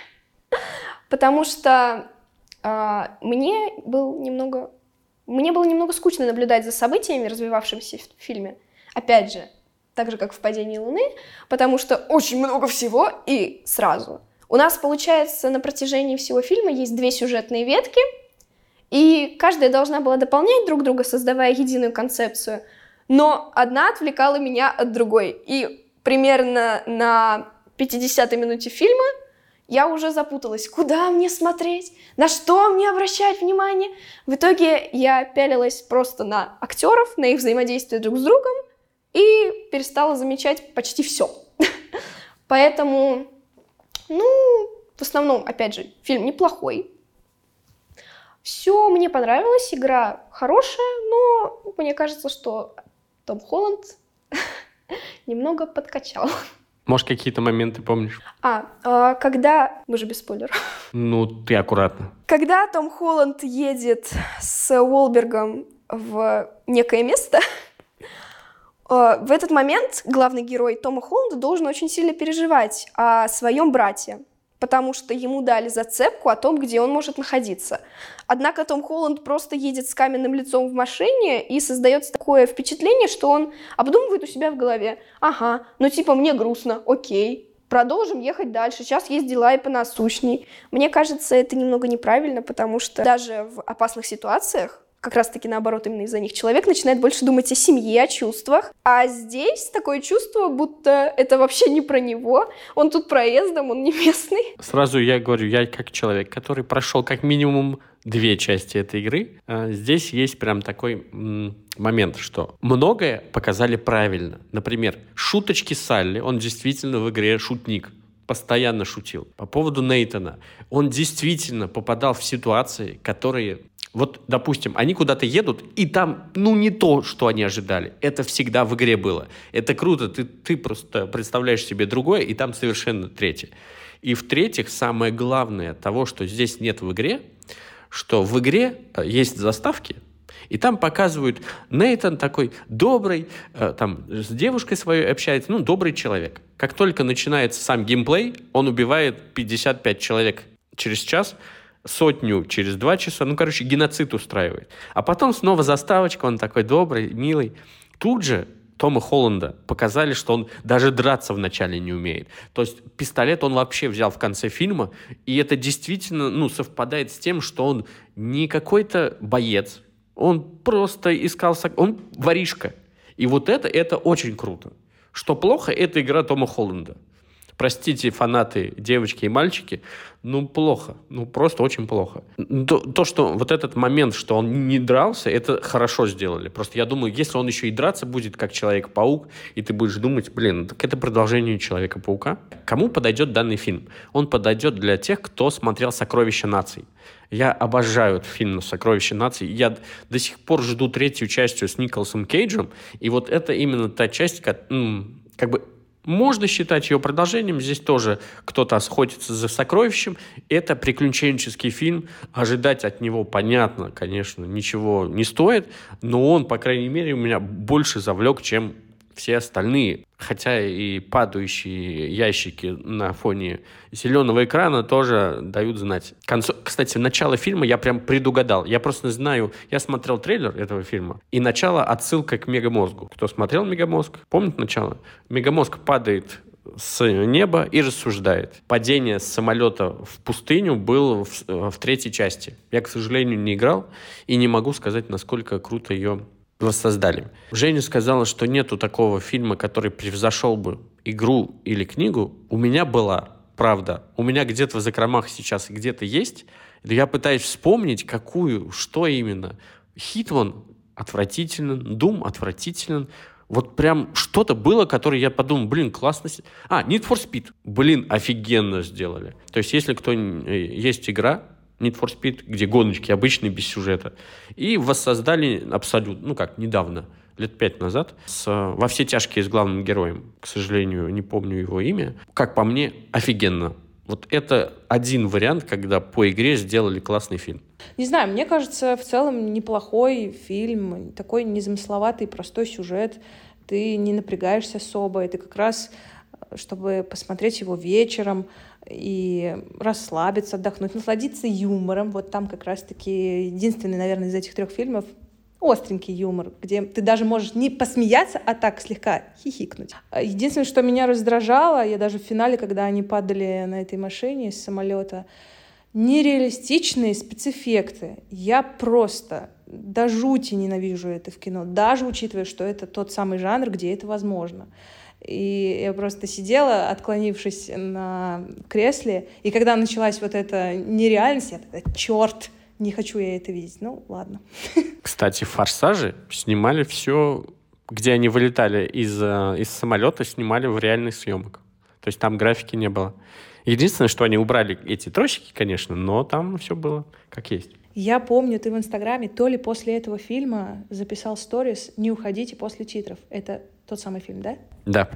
Потому что э, мне был немного... Мне было немного скучно наблюдать за событиями, развивавшимися в фильме. Опять же, так же, как в «Падении Луны», потому что очень много всего и сразу. У нас, получается, на протяжении всего фильма есть две сюжетные ветки, и каждая должна была дополнять друг друга, создавая единую концепцию. но одна отвлекала меня от другой. И примерно на пятидесятой минуте фильма я уже запуталась. Куда мне смотреть? На что мне обращать внимание? В итоге я пялилась просто на актеров, на их взаимодействие друг с другом и перестала замечать почти все. Поэтому, ну, в основном, опять же, фильм неплохой. Все мне понравилось, игра хорошая, но мне кажется, что Том Холланд немного подкачал. Может, какие-то моменты помнишь? А, а, когда... Мы же без спойлеров. Ну, ты аккуратно. Когда Том Холланд едет с Уолбергом в некое место, в этот момент главный герой Тома Холланда должен очень сильно переживать о своем брате, потому что ему дали зацепку о том, где он может находиться. Однако Том Холланд просто едет с каменным лицом в машине, и создается такое впечатление, что он обдумывает у себя в голове: ага, ну типа мне грустно, окей, продолжим ехать дальше, сейчас есть дела и понасущней. Мне кажется, это немного неправильно, потому что даже в опасных ситуациях, как раз-таки наоборот, именно из-за них, человек начинает больше думать о семье, о чувствах. А здесь такое чувство, будто это вообще не про него. Он тут проездом, он не местный. Сразу я говорю, я как человек, который прошел как минимум две части этой игры, здесь есть прям такой м- момент, что многое показали правильно. Например, шуточки Салли, он действительно в игре шутник. Постоянно шутил. По поводу Нейтана. Он действительно попадал в ситуации, которые... Вот, допустим, они куда-то едут, и там, ну, не то, что они ожидали. Это всегда в игре было. Это круто. Ты, ты просто представляешь себе другое, и там совершенно третье. И в-третьих, самое главное того, что здесь нет в игре, что в игре есть заставки, и там показывают, Нейтан такой добрый, там с девушкой своей общается, ну, добрый человек. Как только начинается сам геймплей, он убивает пятьдесят пять человек через час, сотню через два часа, ну, короче, геноцид устраивает. А потом снова заставочка, он такой добрый, милый. Тут же Тома Холланда показали, что он даже драться вначале не умеет. То есть пистолет он вообще взял в конце фильма, и это действительно, ну, совпадает с тем, что он не какой-то боец, он просто искал... Он воришка. И вот это, это очень круто. Что плохо, это игра Тома Холланда. Простите, фанаты, девочки и мальчики, ну, плохо. Ну, просто очень плохо. То, то, что вот этот момент, что он не дрался, это хорошо сделали. Просто я думаю, если он еще и драться будет, как Человек-паук, и ты будешь думать, блин, так это продолжение Человека-паука. Кому подойдет данный фильм? Он подойдет для тех, кто смотрел «Сокровища наций». Я обожаю этот фильм «Сокровища наций». Я до сих пор жду третью часть с Николасом Кейджем, и вот это именно та часть, как, м- как бы, можно считать ее продолжением. Здесь тоже кто-то охотится за сокровищем. Это приключенческий фильм. Ожидать от него, понятно, конечно, ничего не стоит. Но он, по крайней мере, у меня больше завлек, чем все остальные. Хотя и падающие ящики на фоне зеленого экрана тоже дают знать. Концо... Кстати, начало фильма я прям предугадал. Я просто знаю, я смотрел трейлер этого фильма, и начало отсылка к Мегамозгу. Кто смотрел Мегамозг, помнит начало? Мегамозг падает с неба и рассуждает. Падение с самолета в пустыню было в, в третьей части. Я, к сожалению, не играл и не могу сказать, насколько круто ее воссоздали. Женя сказала, что нету такого фильма, который превзошел бы игру или книгу. У меня была, правда. У меня где-то в закромах сейчас где-то есть. Я пытаюсь вспомнить, какую, что именно. Hitman отвратителен, Doom отвратителен. Вот прям что-то было, которое я подумал, блин, классно. А, Need for Speed. Блин, офигенно сделали. То есть, если кто есть игра, Need for Speed, где гоночки обычные, без сюжета. И воссоздали абсолютно, ну как, недавно, лет пять назад, с «Во все тяжкие» с главным героем. К сожалению, не помню его имя. Как по мне, офигенно. Вот это один вариант, когда по игре сделали классный фильм. Не знаю, мне кажется, в целом неплохой фильм, такой незамысловатый, простой сюжет. Ты не напрягаешься особо, и ты как раз, чтобы посмотреть его вечером и расслабиться, отдохнуть, насладиться юмором. Вот там как раз-таки единственный, наверное, из этих трех фильмов остренький юмор, где ты даже можешь не посмеяться, а так слегка хихикнуть. Единственное, что меня раздражало, я даже в финале, когда они падали на этой машине с самолета, нереалистичные спецэффекты. Я просто до жути ненавижу это в кино, даже учитывая, что это тот самый жанр, где это возможно. И я просто сидела, отклонившись на кресле, и когда началась вот эта нереальность, я такая, черт, не хочу я это видеть. Ну, ладно. Кстати, «Форсажи» снимали все, где они вылетали из, из самолета, снимали в реальных съемок. То есть там графики не было. Единственное, что они убрали эти тросики, конечно, но там все было как есть. Я помню, ты в Инстаграме то ли после этого фильма записал сторис «Не уходите после титров». Это тот самый фильм, да? Да.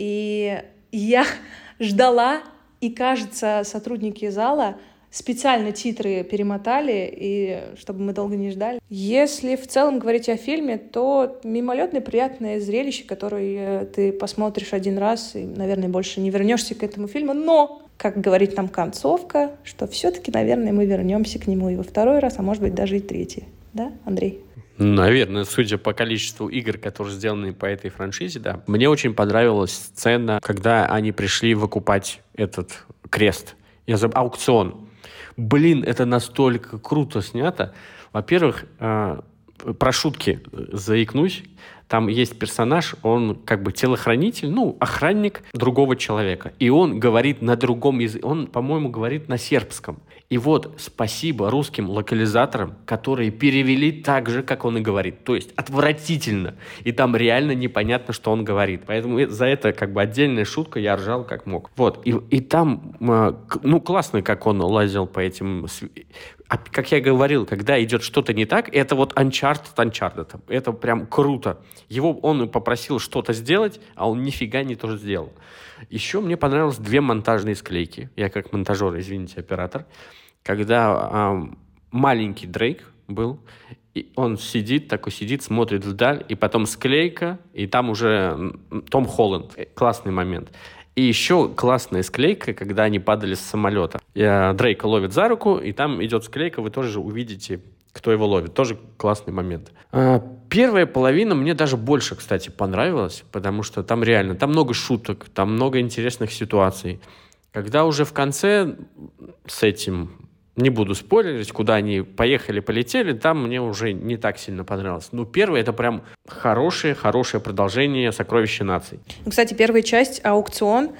И я ждала, и, кажется, сотрудники зала специально титры перемотали, и чтобы мы долго не ждали. Если в целом говорить о фильме, то мимолетное приятное зрелище, которое ты посмотришь один раз и, наверное, больше не вернешься к этому фильму. Но, как говорит нам концовка, что все-таки, наверное, мы вернемся к нему и во второй раз, а может быть даже и третий. Да, Андрей? Наверное, судя по количеству игр, которые сделаны по этой франшизе, да. Мне очень понравилась сцена, когда они пришли выкупать этот крест. Я забыл, аукцион. Блин, это настолько круто снято. Во-первых, э, про шутки заикнусь. Там есть персонаж, он как бы телохранитель, ну, охранник другого человека. И он говорит на другом языке, он, по-моему, говорит на сербском. И вот спасибо русским локализаторам, которые перевели так же, как он и говорит. То есть отвратительно. И там реально непонятно, что он говорит. Поэтому за это как бы отдельная шутка, я ржал как мог. Вот. И, и там, ну, классно, как он лазил по этим... А, как я говорил, когда идет что-то не так, это вот Uncharted, Uncharted. Это прям круто. Его, он попросил что-то сделать, а он нифига не то сделал. Еще мне понравилось две монтажные склейки. Я как монтажер, извините, оператор. Когда э, маленький Дрейк был, и он сидит, такой сидит, смотрит вдаль, и потом склейка, и там уже Том Холланд. Классный момент. И еще классная склейка, когда они падали с самолета. Дрейка ловит за руку, и там идет склейка, вы тоже увидите, кто его ловит. Тоже классный момент. Первая половина мне даже больше, кстати, понравилась, потому что там реально, там много шуток, там много интересных ситуаций. Когда уже в конце с этим... Не буду спорить, куда они поехали, полетели, там мне уже не так сильно понравилось. Но первое — это прям хорошее, хорошее продолжение «Сокровища наций». Ну, кстати, первая часть «Аукцион»,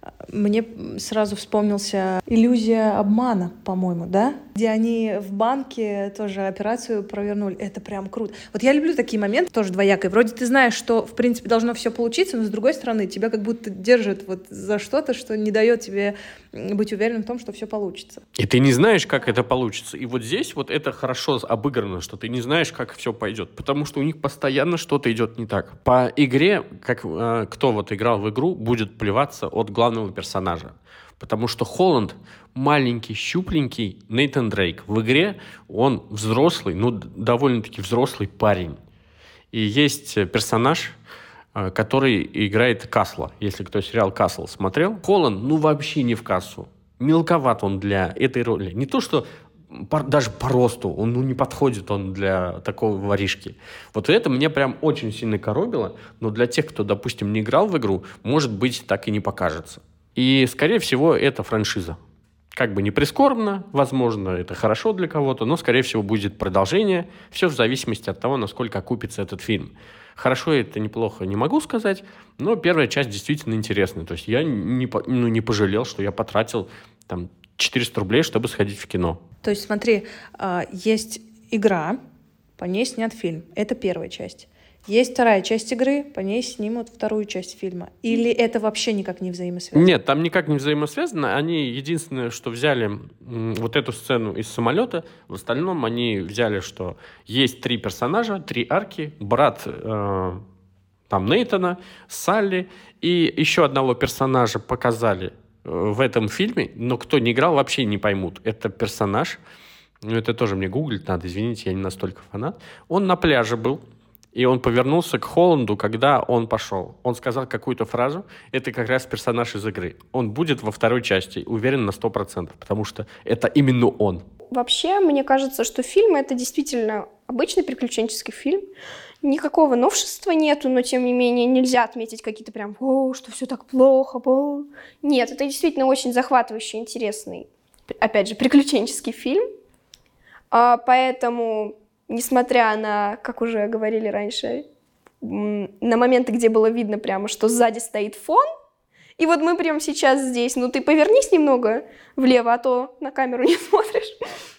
мне сразу вспомнился «Иллюзия обмана», по-моему, да? Где они в банке тоже операцию провернули. Это прям круто. Вот я люблю такие моменты, тоже двоякие. Вроде ты знаешь, что, в принципе, должно все получиться, но, с другой стороны, тебя как будто держит вот за что-то, что не дает тебе быть уверенным в том, что все получится. И ты не знаешь, как это получится. И вот здесь вот это хорошо обыграно, что ты не знаешь, как все пойдет. Потому что у них постоянно что-то идет не так. По игре, как э, кто вот играл в игру, будет плеваться от главного персонажа. Потому что Холланд маленький, щупленький Нейтан Дрейк. В игре он взрослый, ну, довольно-таки взрослый парень. И есть персонаж, который играет Касла. Если кто сериал «Касл» смотрел. Холланд, ну, вообще не в кассу. Мелковат он для этой роли. Не то, что по, даже по росту. Он ну, не подходит он для такого воришки. Вот это мне прям очень сильно коробило. Но для тех, кто, допустим, не играл в игру, может быть, так и не покажется. И, скорее всего, это франшиза. Как бы не прискорбно, возможно, это хорошо для кого-то, но, скорее всего, будет продолжение. Все в зависимости от того, насколько окупится этот фильм. Хорошо это, неплохо, не могу сказать, но первая часть действительно интересная. То есть я не, ну, не пожалел, что я потратил там, четыреста рублей, чтобы сходить в кино. То есть смотри, есть игра, по ней снят фильм. Это первая часть. Есть вторая часть игры, по ней снимут вторую часть фильма. Или это вообще никак не взаимосвязано? Нет, там никак не взаимосвязано. Они единственное, что взяли м, вот эту сцену из самолета, в остальном они взяли, что есть три персонажа, три арки, брат э, там Нейтана, Салли, и еще одного персонажа показали э, в этом фильме, но кто не играл, вообще не поймут. Это персонаж, ну это тоже мне гуглить надо, извините, я не настолько фанат. Он на пляже был. И он повернулся к Холланду, когда он пошел. Он сказал какую-то фразу. Это как раз персонаж из игры. Он будет во второй части, уверен на сто процентов, потому что это именно он. Вообще, мне кажется, что фильм — это действительно обычный приключенческий фильм. Никакого новшества нету, но, тем не менее, нельзя отметить какие-то прям «О, что все так плохо». О. Нет, это действительно очень захватывающий, интересный, опять же, приключенческий фильм. А, поэтому... несмотря на, как уже говорили раньше, на моменты, где было видно прямо, что сзади стоит фон, и вот мы прямо сейчас здесь, ну ты повернись немного влево, а то на камеру не смотришь.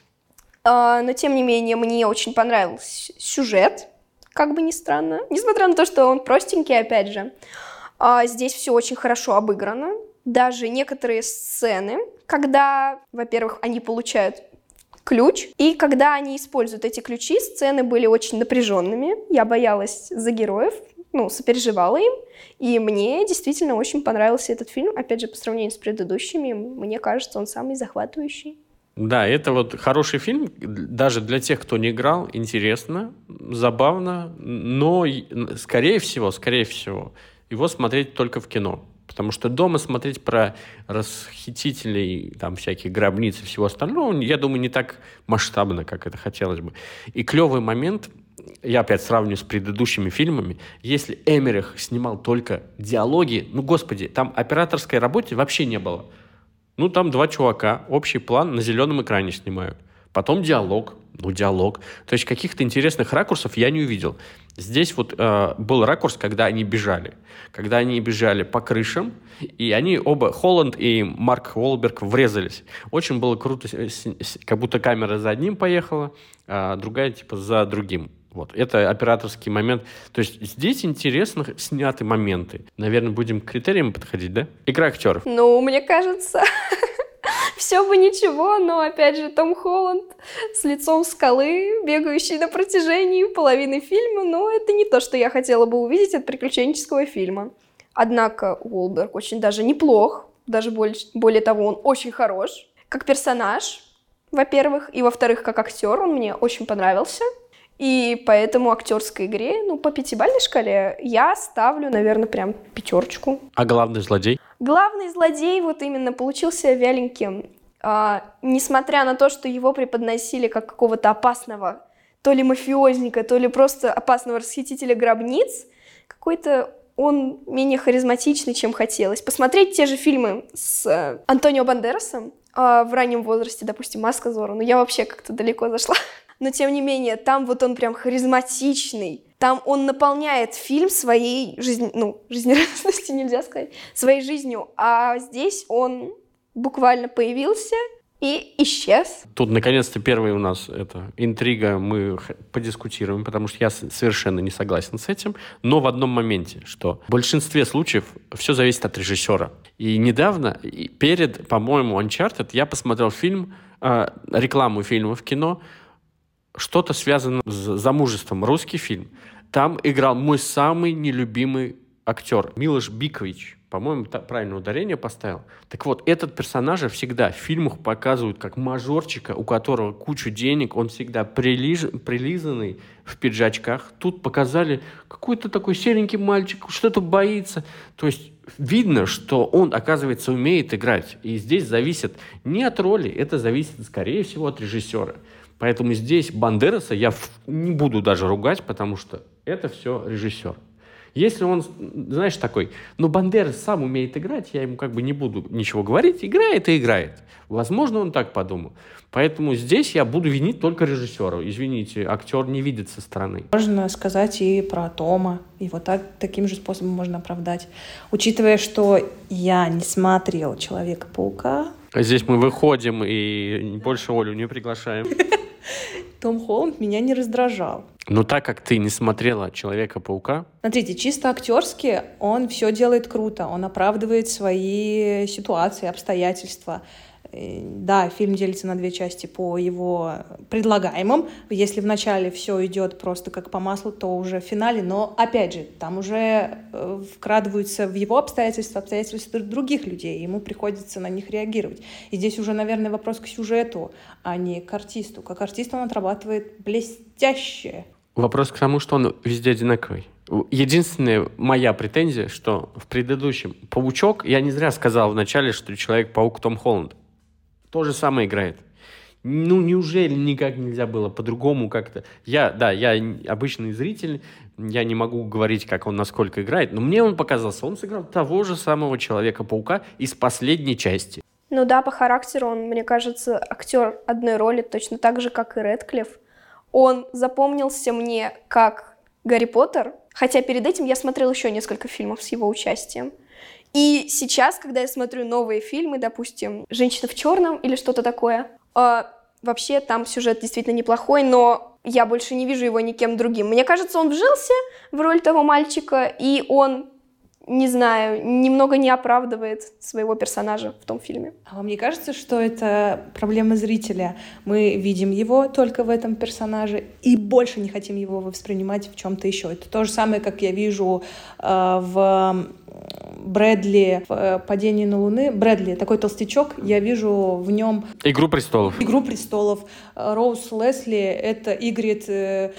А, но, тем не менее, мне очень понравился сюжет, как бы ни странно, несмотря на то, что он простенький, опять же. А, здесь все очень хорошо обыграно. Даже некоторые сцены, когда, во-первых, они получают ключ, и когда они используют эти ключи, сцены были очень напряженными. Я боялась за героев, ну, сопереживала им, и мне действительно очень понравился этот фильм. Опять же, по сравнению с предыдущими, мне кажется, он самый захватывающий. Да, это вот хороший фильм, даже для тех, кто не играл, интересно, забавно, но, скорее всего, скорее всего, его смотреть только в кино. Потому что дома смотреть про расхитителей, там, всяких гробниц и всего остального, я думаю, не так масштабно, как это хотелось бы. И клевый момент, я опять сравню с предыдущими фильмами, если Эммерих снимал только диалоги, ну, господи, там операторской работы вообще не было. Ну, там два чувака, общий план на зеленом экране снимают. Потом диалог, ну, диалог. То есть каких-то интересных ракурсов я не увидел. Здесь вот э, был ракурс, когда они бежали. Когда они бежали по крышам, и они оба, Холланд и Марк Уолберг, врезались. Очень было круто, как будто камера за одним поехала, а другая типа за другим. Вот. Это операторский момент. То есть здесь интересно сняты моменты. Наверное, будем к критериям подходить, да? Игра актеров. Ну, мне кажется... Все бы ничего, но, опять же, Том Холланд с лицом скалы, бегающий на протяжении половины фильма, но это не то, что я хотела бы увидеть от приключенческого фильма. Однако Уолберг очень даже неплох, даже более, более того, он очень хорош. Как персонаж, во-первых, и, во-вторых, как актер он мне очень понравился. И поэтому актерской игре, ну, по пятибалльной шкале я ставлю, наверное, прям пятерочку. А главный злодей? Главный злодей вот именно получился вяленьким. А, несмотря на то, что его преподносили как какого-то опасного, то ли мафиозника, то ли просто опасного расхитителя гробниц, какой-то он менее харизматичный, чем хотелось. Посмотреть те же фильмы с э, Антонио Бандерасом э, в раннем возрасте, допустим, «Маска Зорро», ну я вообще как-то далеко зашла. Но, тем не менее, там вот он прям харизматичный. Там он наполняет фильм своей жизнью, ну, жизнерадостностью нельзя сказать, своей жизнью. А здесь он буквально появился и исчез. Тут, наконец-то, первая у нас это интрига, мы подискутируем, потому что я совершенно не согласен с этим. Но в одном моменте, что в большинстве случаев все зависит от режиссера. И недавно, перед, по-моему, Uncharted, я посмотрел фильм, э, рекламу фильма в кино, что-то связано с замужеством, русский фильм. Там играл мой самый нелюбимый актер Милош Бикович. По-моему, правильное ударение поставил. Так вот, этот персонаж всегда в фильмах показывают как мажорчика, у которого кучу денег, он всегда прилиж... прилизанный в пиджачках. Тут показали какой-то такой серенький мальчик, что-то боится. То есть видно, что он, оказывается, умеет играть. И здесь зависит не от роли, это зависит, скорее всего, от режиссера. Поэтому здесь Бандераса я не буду даже ругать, потому что это все режиссер. Если он, знаешь, такой, ну, Бандерас сам умеет играть, я ему как бы не буду ничего говорить, играет и играет. Возможно, он так подумал. Поэтому здесь я буду винить только режиссера. Извините, актер не видит со стороны. Можно сказать и про Тома. Его так, таким же способом можно оправдать. Учитывая, что я не смотрела «Человека-паука». Здесь мы выходим и больше Олю не приглашаем. Том Холланд меня не раздражал. Но так как ты не смотрела «Человека-паука». Смотрите, чисто актерски он все делает круто. Он оправдывает свои ситуации, обстоятельства. Да, фильм делится на две части по его предлагаемым. Если вначале все идет просто как по маслу, то уже в финале. Но, опять же, там уже вкрадываются в его обстоятельства, обстоятельства других людей. Ему приходится на них реагировать. И здесь уже, наверное, вопрос к сюжету, а не к артисту. Как артист он отрабатывает блестяще. Вопрос к тому, что он везде одинаковый. Единственная моя претензия, что в предыдущем «Паучок», я не зря сказал вначале, что Человек-паук Том Холланд. То же самое играет. Ну, неужели никак нельзя было по-другому как-то? Я, да, я обычный зритель, я не могу говорить, как он насколько играет, но мне он показался, он сыграл того же самого Человека-паука из последней части. Ну да, по характеру он, мне кажется, актер одной роли, точно так же, как и Рэдклифф. Он запомнился мне как Гарри Поттер, хотя перед этим я смотрела еще несколько фильмов с его участием. И сейчас, когда я смотрю новые фильмы, допустим, «Женщина в черном» или что-то такое, э, вообще там сюжет действительно неплохой, но я больше не вижу его никем другим. Мне кажется, он вжился в роль того мальчика, и он, не знаю, немного не оправдывает своего персонажа в том фильме. А вам не кажется, что это проблема зрителя? Мы видим его только в этом персонаже и больше не хотим его воспринимать в чем-то еще. Это то же самое, как я вижу э, в Брэдли в «Падении на Луны». Брэдли, такой толстячок, я вижу в нем... «Игру престолов». «Игру престолов». Роуз Лесли — это Игрит... Э,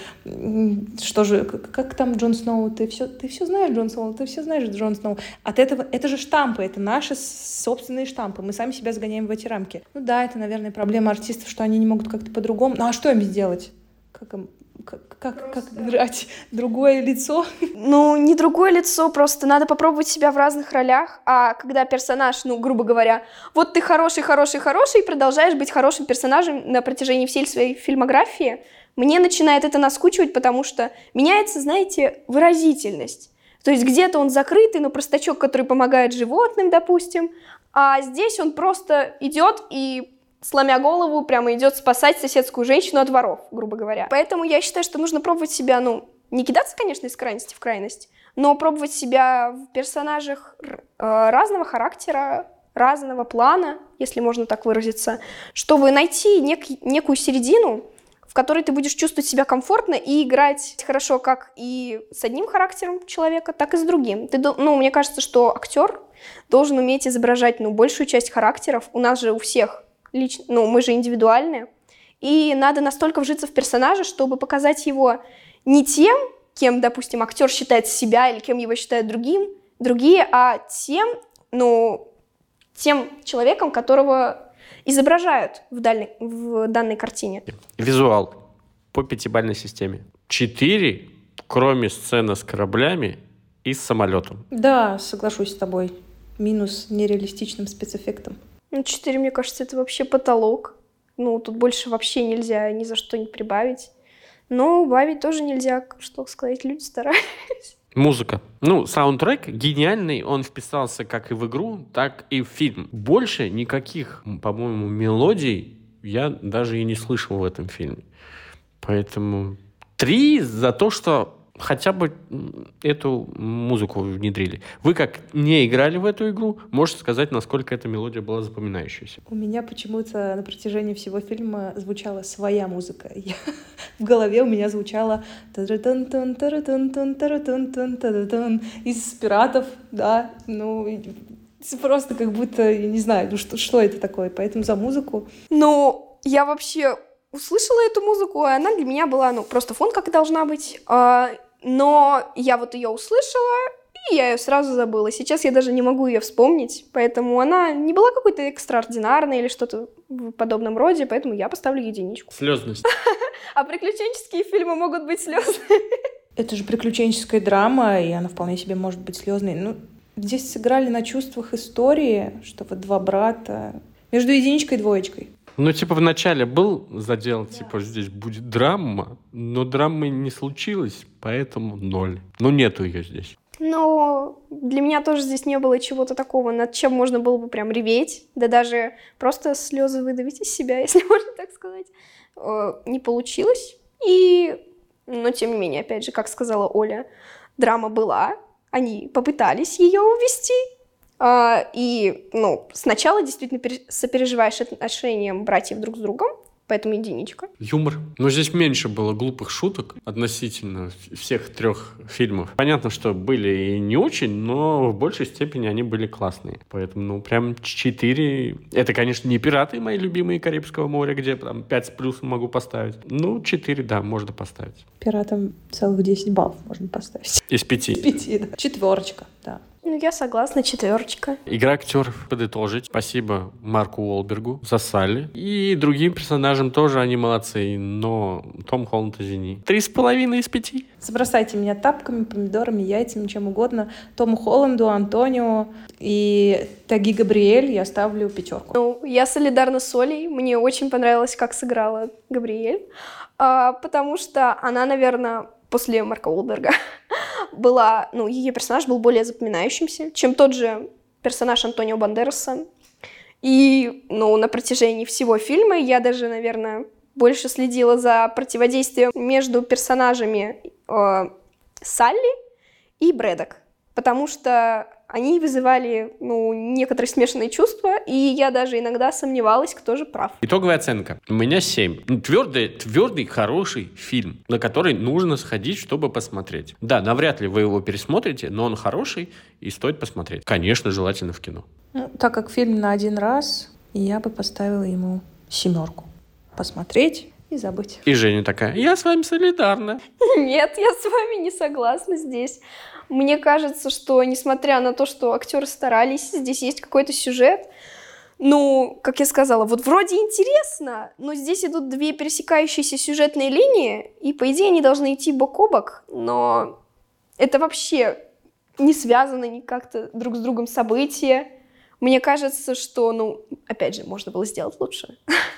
что же, как, как там Джон Сноу? Ты все, ты все знаешь, Джон Сноу? Ты все знаешь, Джон Сноу? От этого... Это же штампы, это наши собственные штампы. Мы сами себя загоняем в эти рамки. Ну да, это, наверное, проблема артистов, что они не могут как-то по-другому. Ну а что им сделать? Как им... Как, как, как играть другое лицо? Ну, не другое лицо, просто надо попробовать себя в разных ролях, а когда персонаж, ну, грубо говоря, вот ты хороший, хороший, хороший, и продолжаешь быть хорошим персонажем на протяжении всей своей фильмографии, мне начинает это наскучивать, потому что меняется, знаете, выразительность. То есть где-то он закрытый, ну, простачок, который помогает животным, допустим, а здесь он просто идет и... сломя голову, прямо идет спасать соседскую женщину от воров, грубо говоря. Поэтому я считаю, что нужно пробовать себя, ну, не кидаться, конечно, из крайности в крайность, но пробовать себя в персонажах э, разного характера, разного плана, если можно так выразиться, чтобы найти нек- некую середину, в которой ты будешь чувствовать себя комфортно и играть хорошо как и с одним характером человека, так и с другим. Ты, ну, мне кажется, что актер должен уметь изображать, ну, большую часть характеров. У нас же у всех лично, ну, мы же индивидуальные, и надо настолько вжиться в персонажа, чтобы показать его не тем, кем, допустим, актер считает себя или кем его считают другим, другие, а тем, ну, тем человеком, которого изображают в, дальней, в данной картине. Визуал по пятибалльной системе. Четыре, кроме сцены с кораблями и с самолетом. Да, соглашусь с тобой. Минус нереалистичным спецэффектом. Ну, четыре, мне кажется, это вообще потолок. Ну, тут больше вообще нельзя ни за что не прибавить. Но убавить тоже нельзя, что сказать, люди старались. Музыка. Ну, саундтрек гениальный, он вписался как и в игру, так и в фильм. Больше никаких, по-моему, мелодий я даже и не слышал в этом фильме. Поэтому три за то, что хотя бы эту музыку внедрили. Вы как не играли в эту игру, можете сказать, насколько эта мелодия была запоминающейся. У меня почему-то на протяжении всего фильма звучала своя музыка. Я... В голове у меня звучала из «Пиратов», да, ну, просто как будто, я не знаю, ну что, что это такое, поэтому за музыку. Ну, я вообще услышала эту музыку, и она для меня была, ну, просто фон, как должна быть. Но я вот ее услышала, и я ее сразу забыла. Сейчас я даже не могу ее вспомнить, поэтому она не была какой-то экстраординарной или что-то в подобном роде, поэтому я поставлю единичку. Слезность. А приключенческие фильмы могут быть слезные. Это же приключенческая драма, и она вполне себе может быть слезной. Ну, здесь сыграли на чувствах истории, что вот два брата между единичкой и двоечкой. Ну, типа, вначале был задел, да. Типа, здесь будет драма, но драмы не случилось, поэтому ноль. Ну, нету ее здесь. Но для меня тоже здесь не было чего-то такого, над чем можно было бы прям реветь, да даже просто слезы выдавить из себя, если можно так сказать. Не получилось. И, но тем не менее, опять же, как сказала Оля, драма была, они попытались ее увести. Uh, и, ну, сначала действительно сопереживаешь отношениям братьев друг с другом, поэтому единичка. Юмор. Но здесь меньше было глупых шуток относительно всех трех фильмов. Понятно, что были и не очень, но в большей степени они были классные. Поэтому, ну, прям четыре. Это, конечно, не «Пираты» мои любимые Карибского моря, где там пять с плюсом могу поставить. Ну, четыре, да, можно поставить. «Пиратам» целых десять баллов можно поставить. Из пяти. Из пяти, да. Четверочка, да. Ну, я согласна, четверочка. Игра актеров подытожить. Спасибо Марку Уолбергу за Салли. И другим персонажам тоже они молодцы, но Том Холланд, извини. Три с половиной из пяти. Забросайте меня тапками, помидорами, яйцами, чем угодно. Тому Холланду, Антонио и Таги Габриэль я ставлю пятерку. Ну, я солидарна с Олей. Мне очень понравилось, как сыграла Габриэль, а, потому что она, наверное, после Марка Уолберга была, ну, ее персонаж был более запоминающимся, чем тот же персонаж Антонио Бандераса. И, ну, на протяжении всего фильма я даже, наверное, больше следила за противодействием между персонажами э, Салли и Брэддок, потому что они вызывали, ну, некоторые смешанные чувства, и я даже иногда сомневалась, кто же прав. Итоговая оценка. У меня семь. Ну, твердый, твердый, хороший фильм, на который нужно сходить, чтобы посмотреть. Да, навряд ли вы его пересмотрите, но он хороший и стоит посмотреть. Конечно, желательно в кино. Ну, так как фильм на один раз, я бы поставила ему семерку. Посмотреть и забыть. И Женя такая: я с вами солидарна. Нет, я с вами не согласна здесь. Мне кажется, что, несмотря на то, что актеры старались, здесь есть какой-то сюжет. Ну, как я сказала, вот вроде интересно, но здесь идут две пересекающиеся сюжетные линии, и, по идее, они должны идти бок о бок, но это вообще не связано никак-то друг с другом события. Мне кажется, что, ну, опять же, можно было сделать лучше.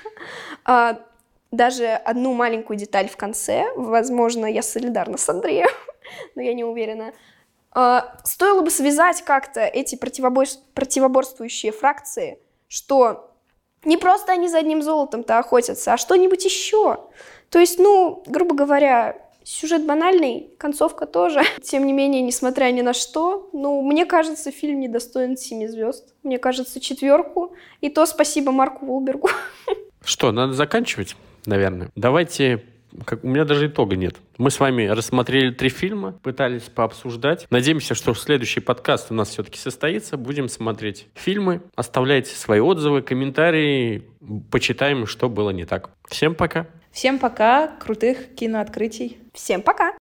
Даже одну маленькую деталь в конце, возможно, я солидарна с Андреем, но я не уверена. Стоило бы связать как-то эти противобор- противоборствующие фракции, что не просто они за одним золотом-то охотятся, а что-нибудь еще. То есть, ну, грубо говоря, сюжет банальный, концовка тоже. Тем не менее, несмотря ни на что, ну, мне кажется, фильм недостоин семи звезд. Мне кажется, четверку. И то спасибо Марку Уолбергу. Что, надо заканчивать, наверное? Давайте... Как, у меня даже итога нет. Мы с вами рассмотрели три фильма, пытались пообсуждать. Надеемся, что следующий подкаст у нас все-таки состоится. Будем смотреть фильмы. Оставляйте свои отзывы, комментарии. Почитаем, что было не так. Всем пока. Всем пока, крутых кинооткрытий. Всем пока!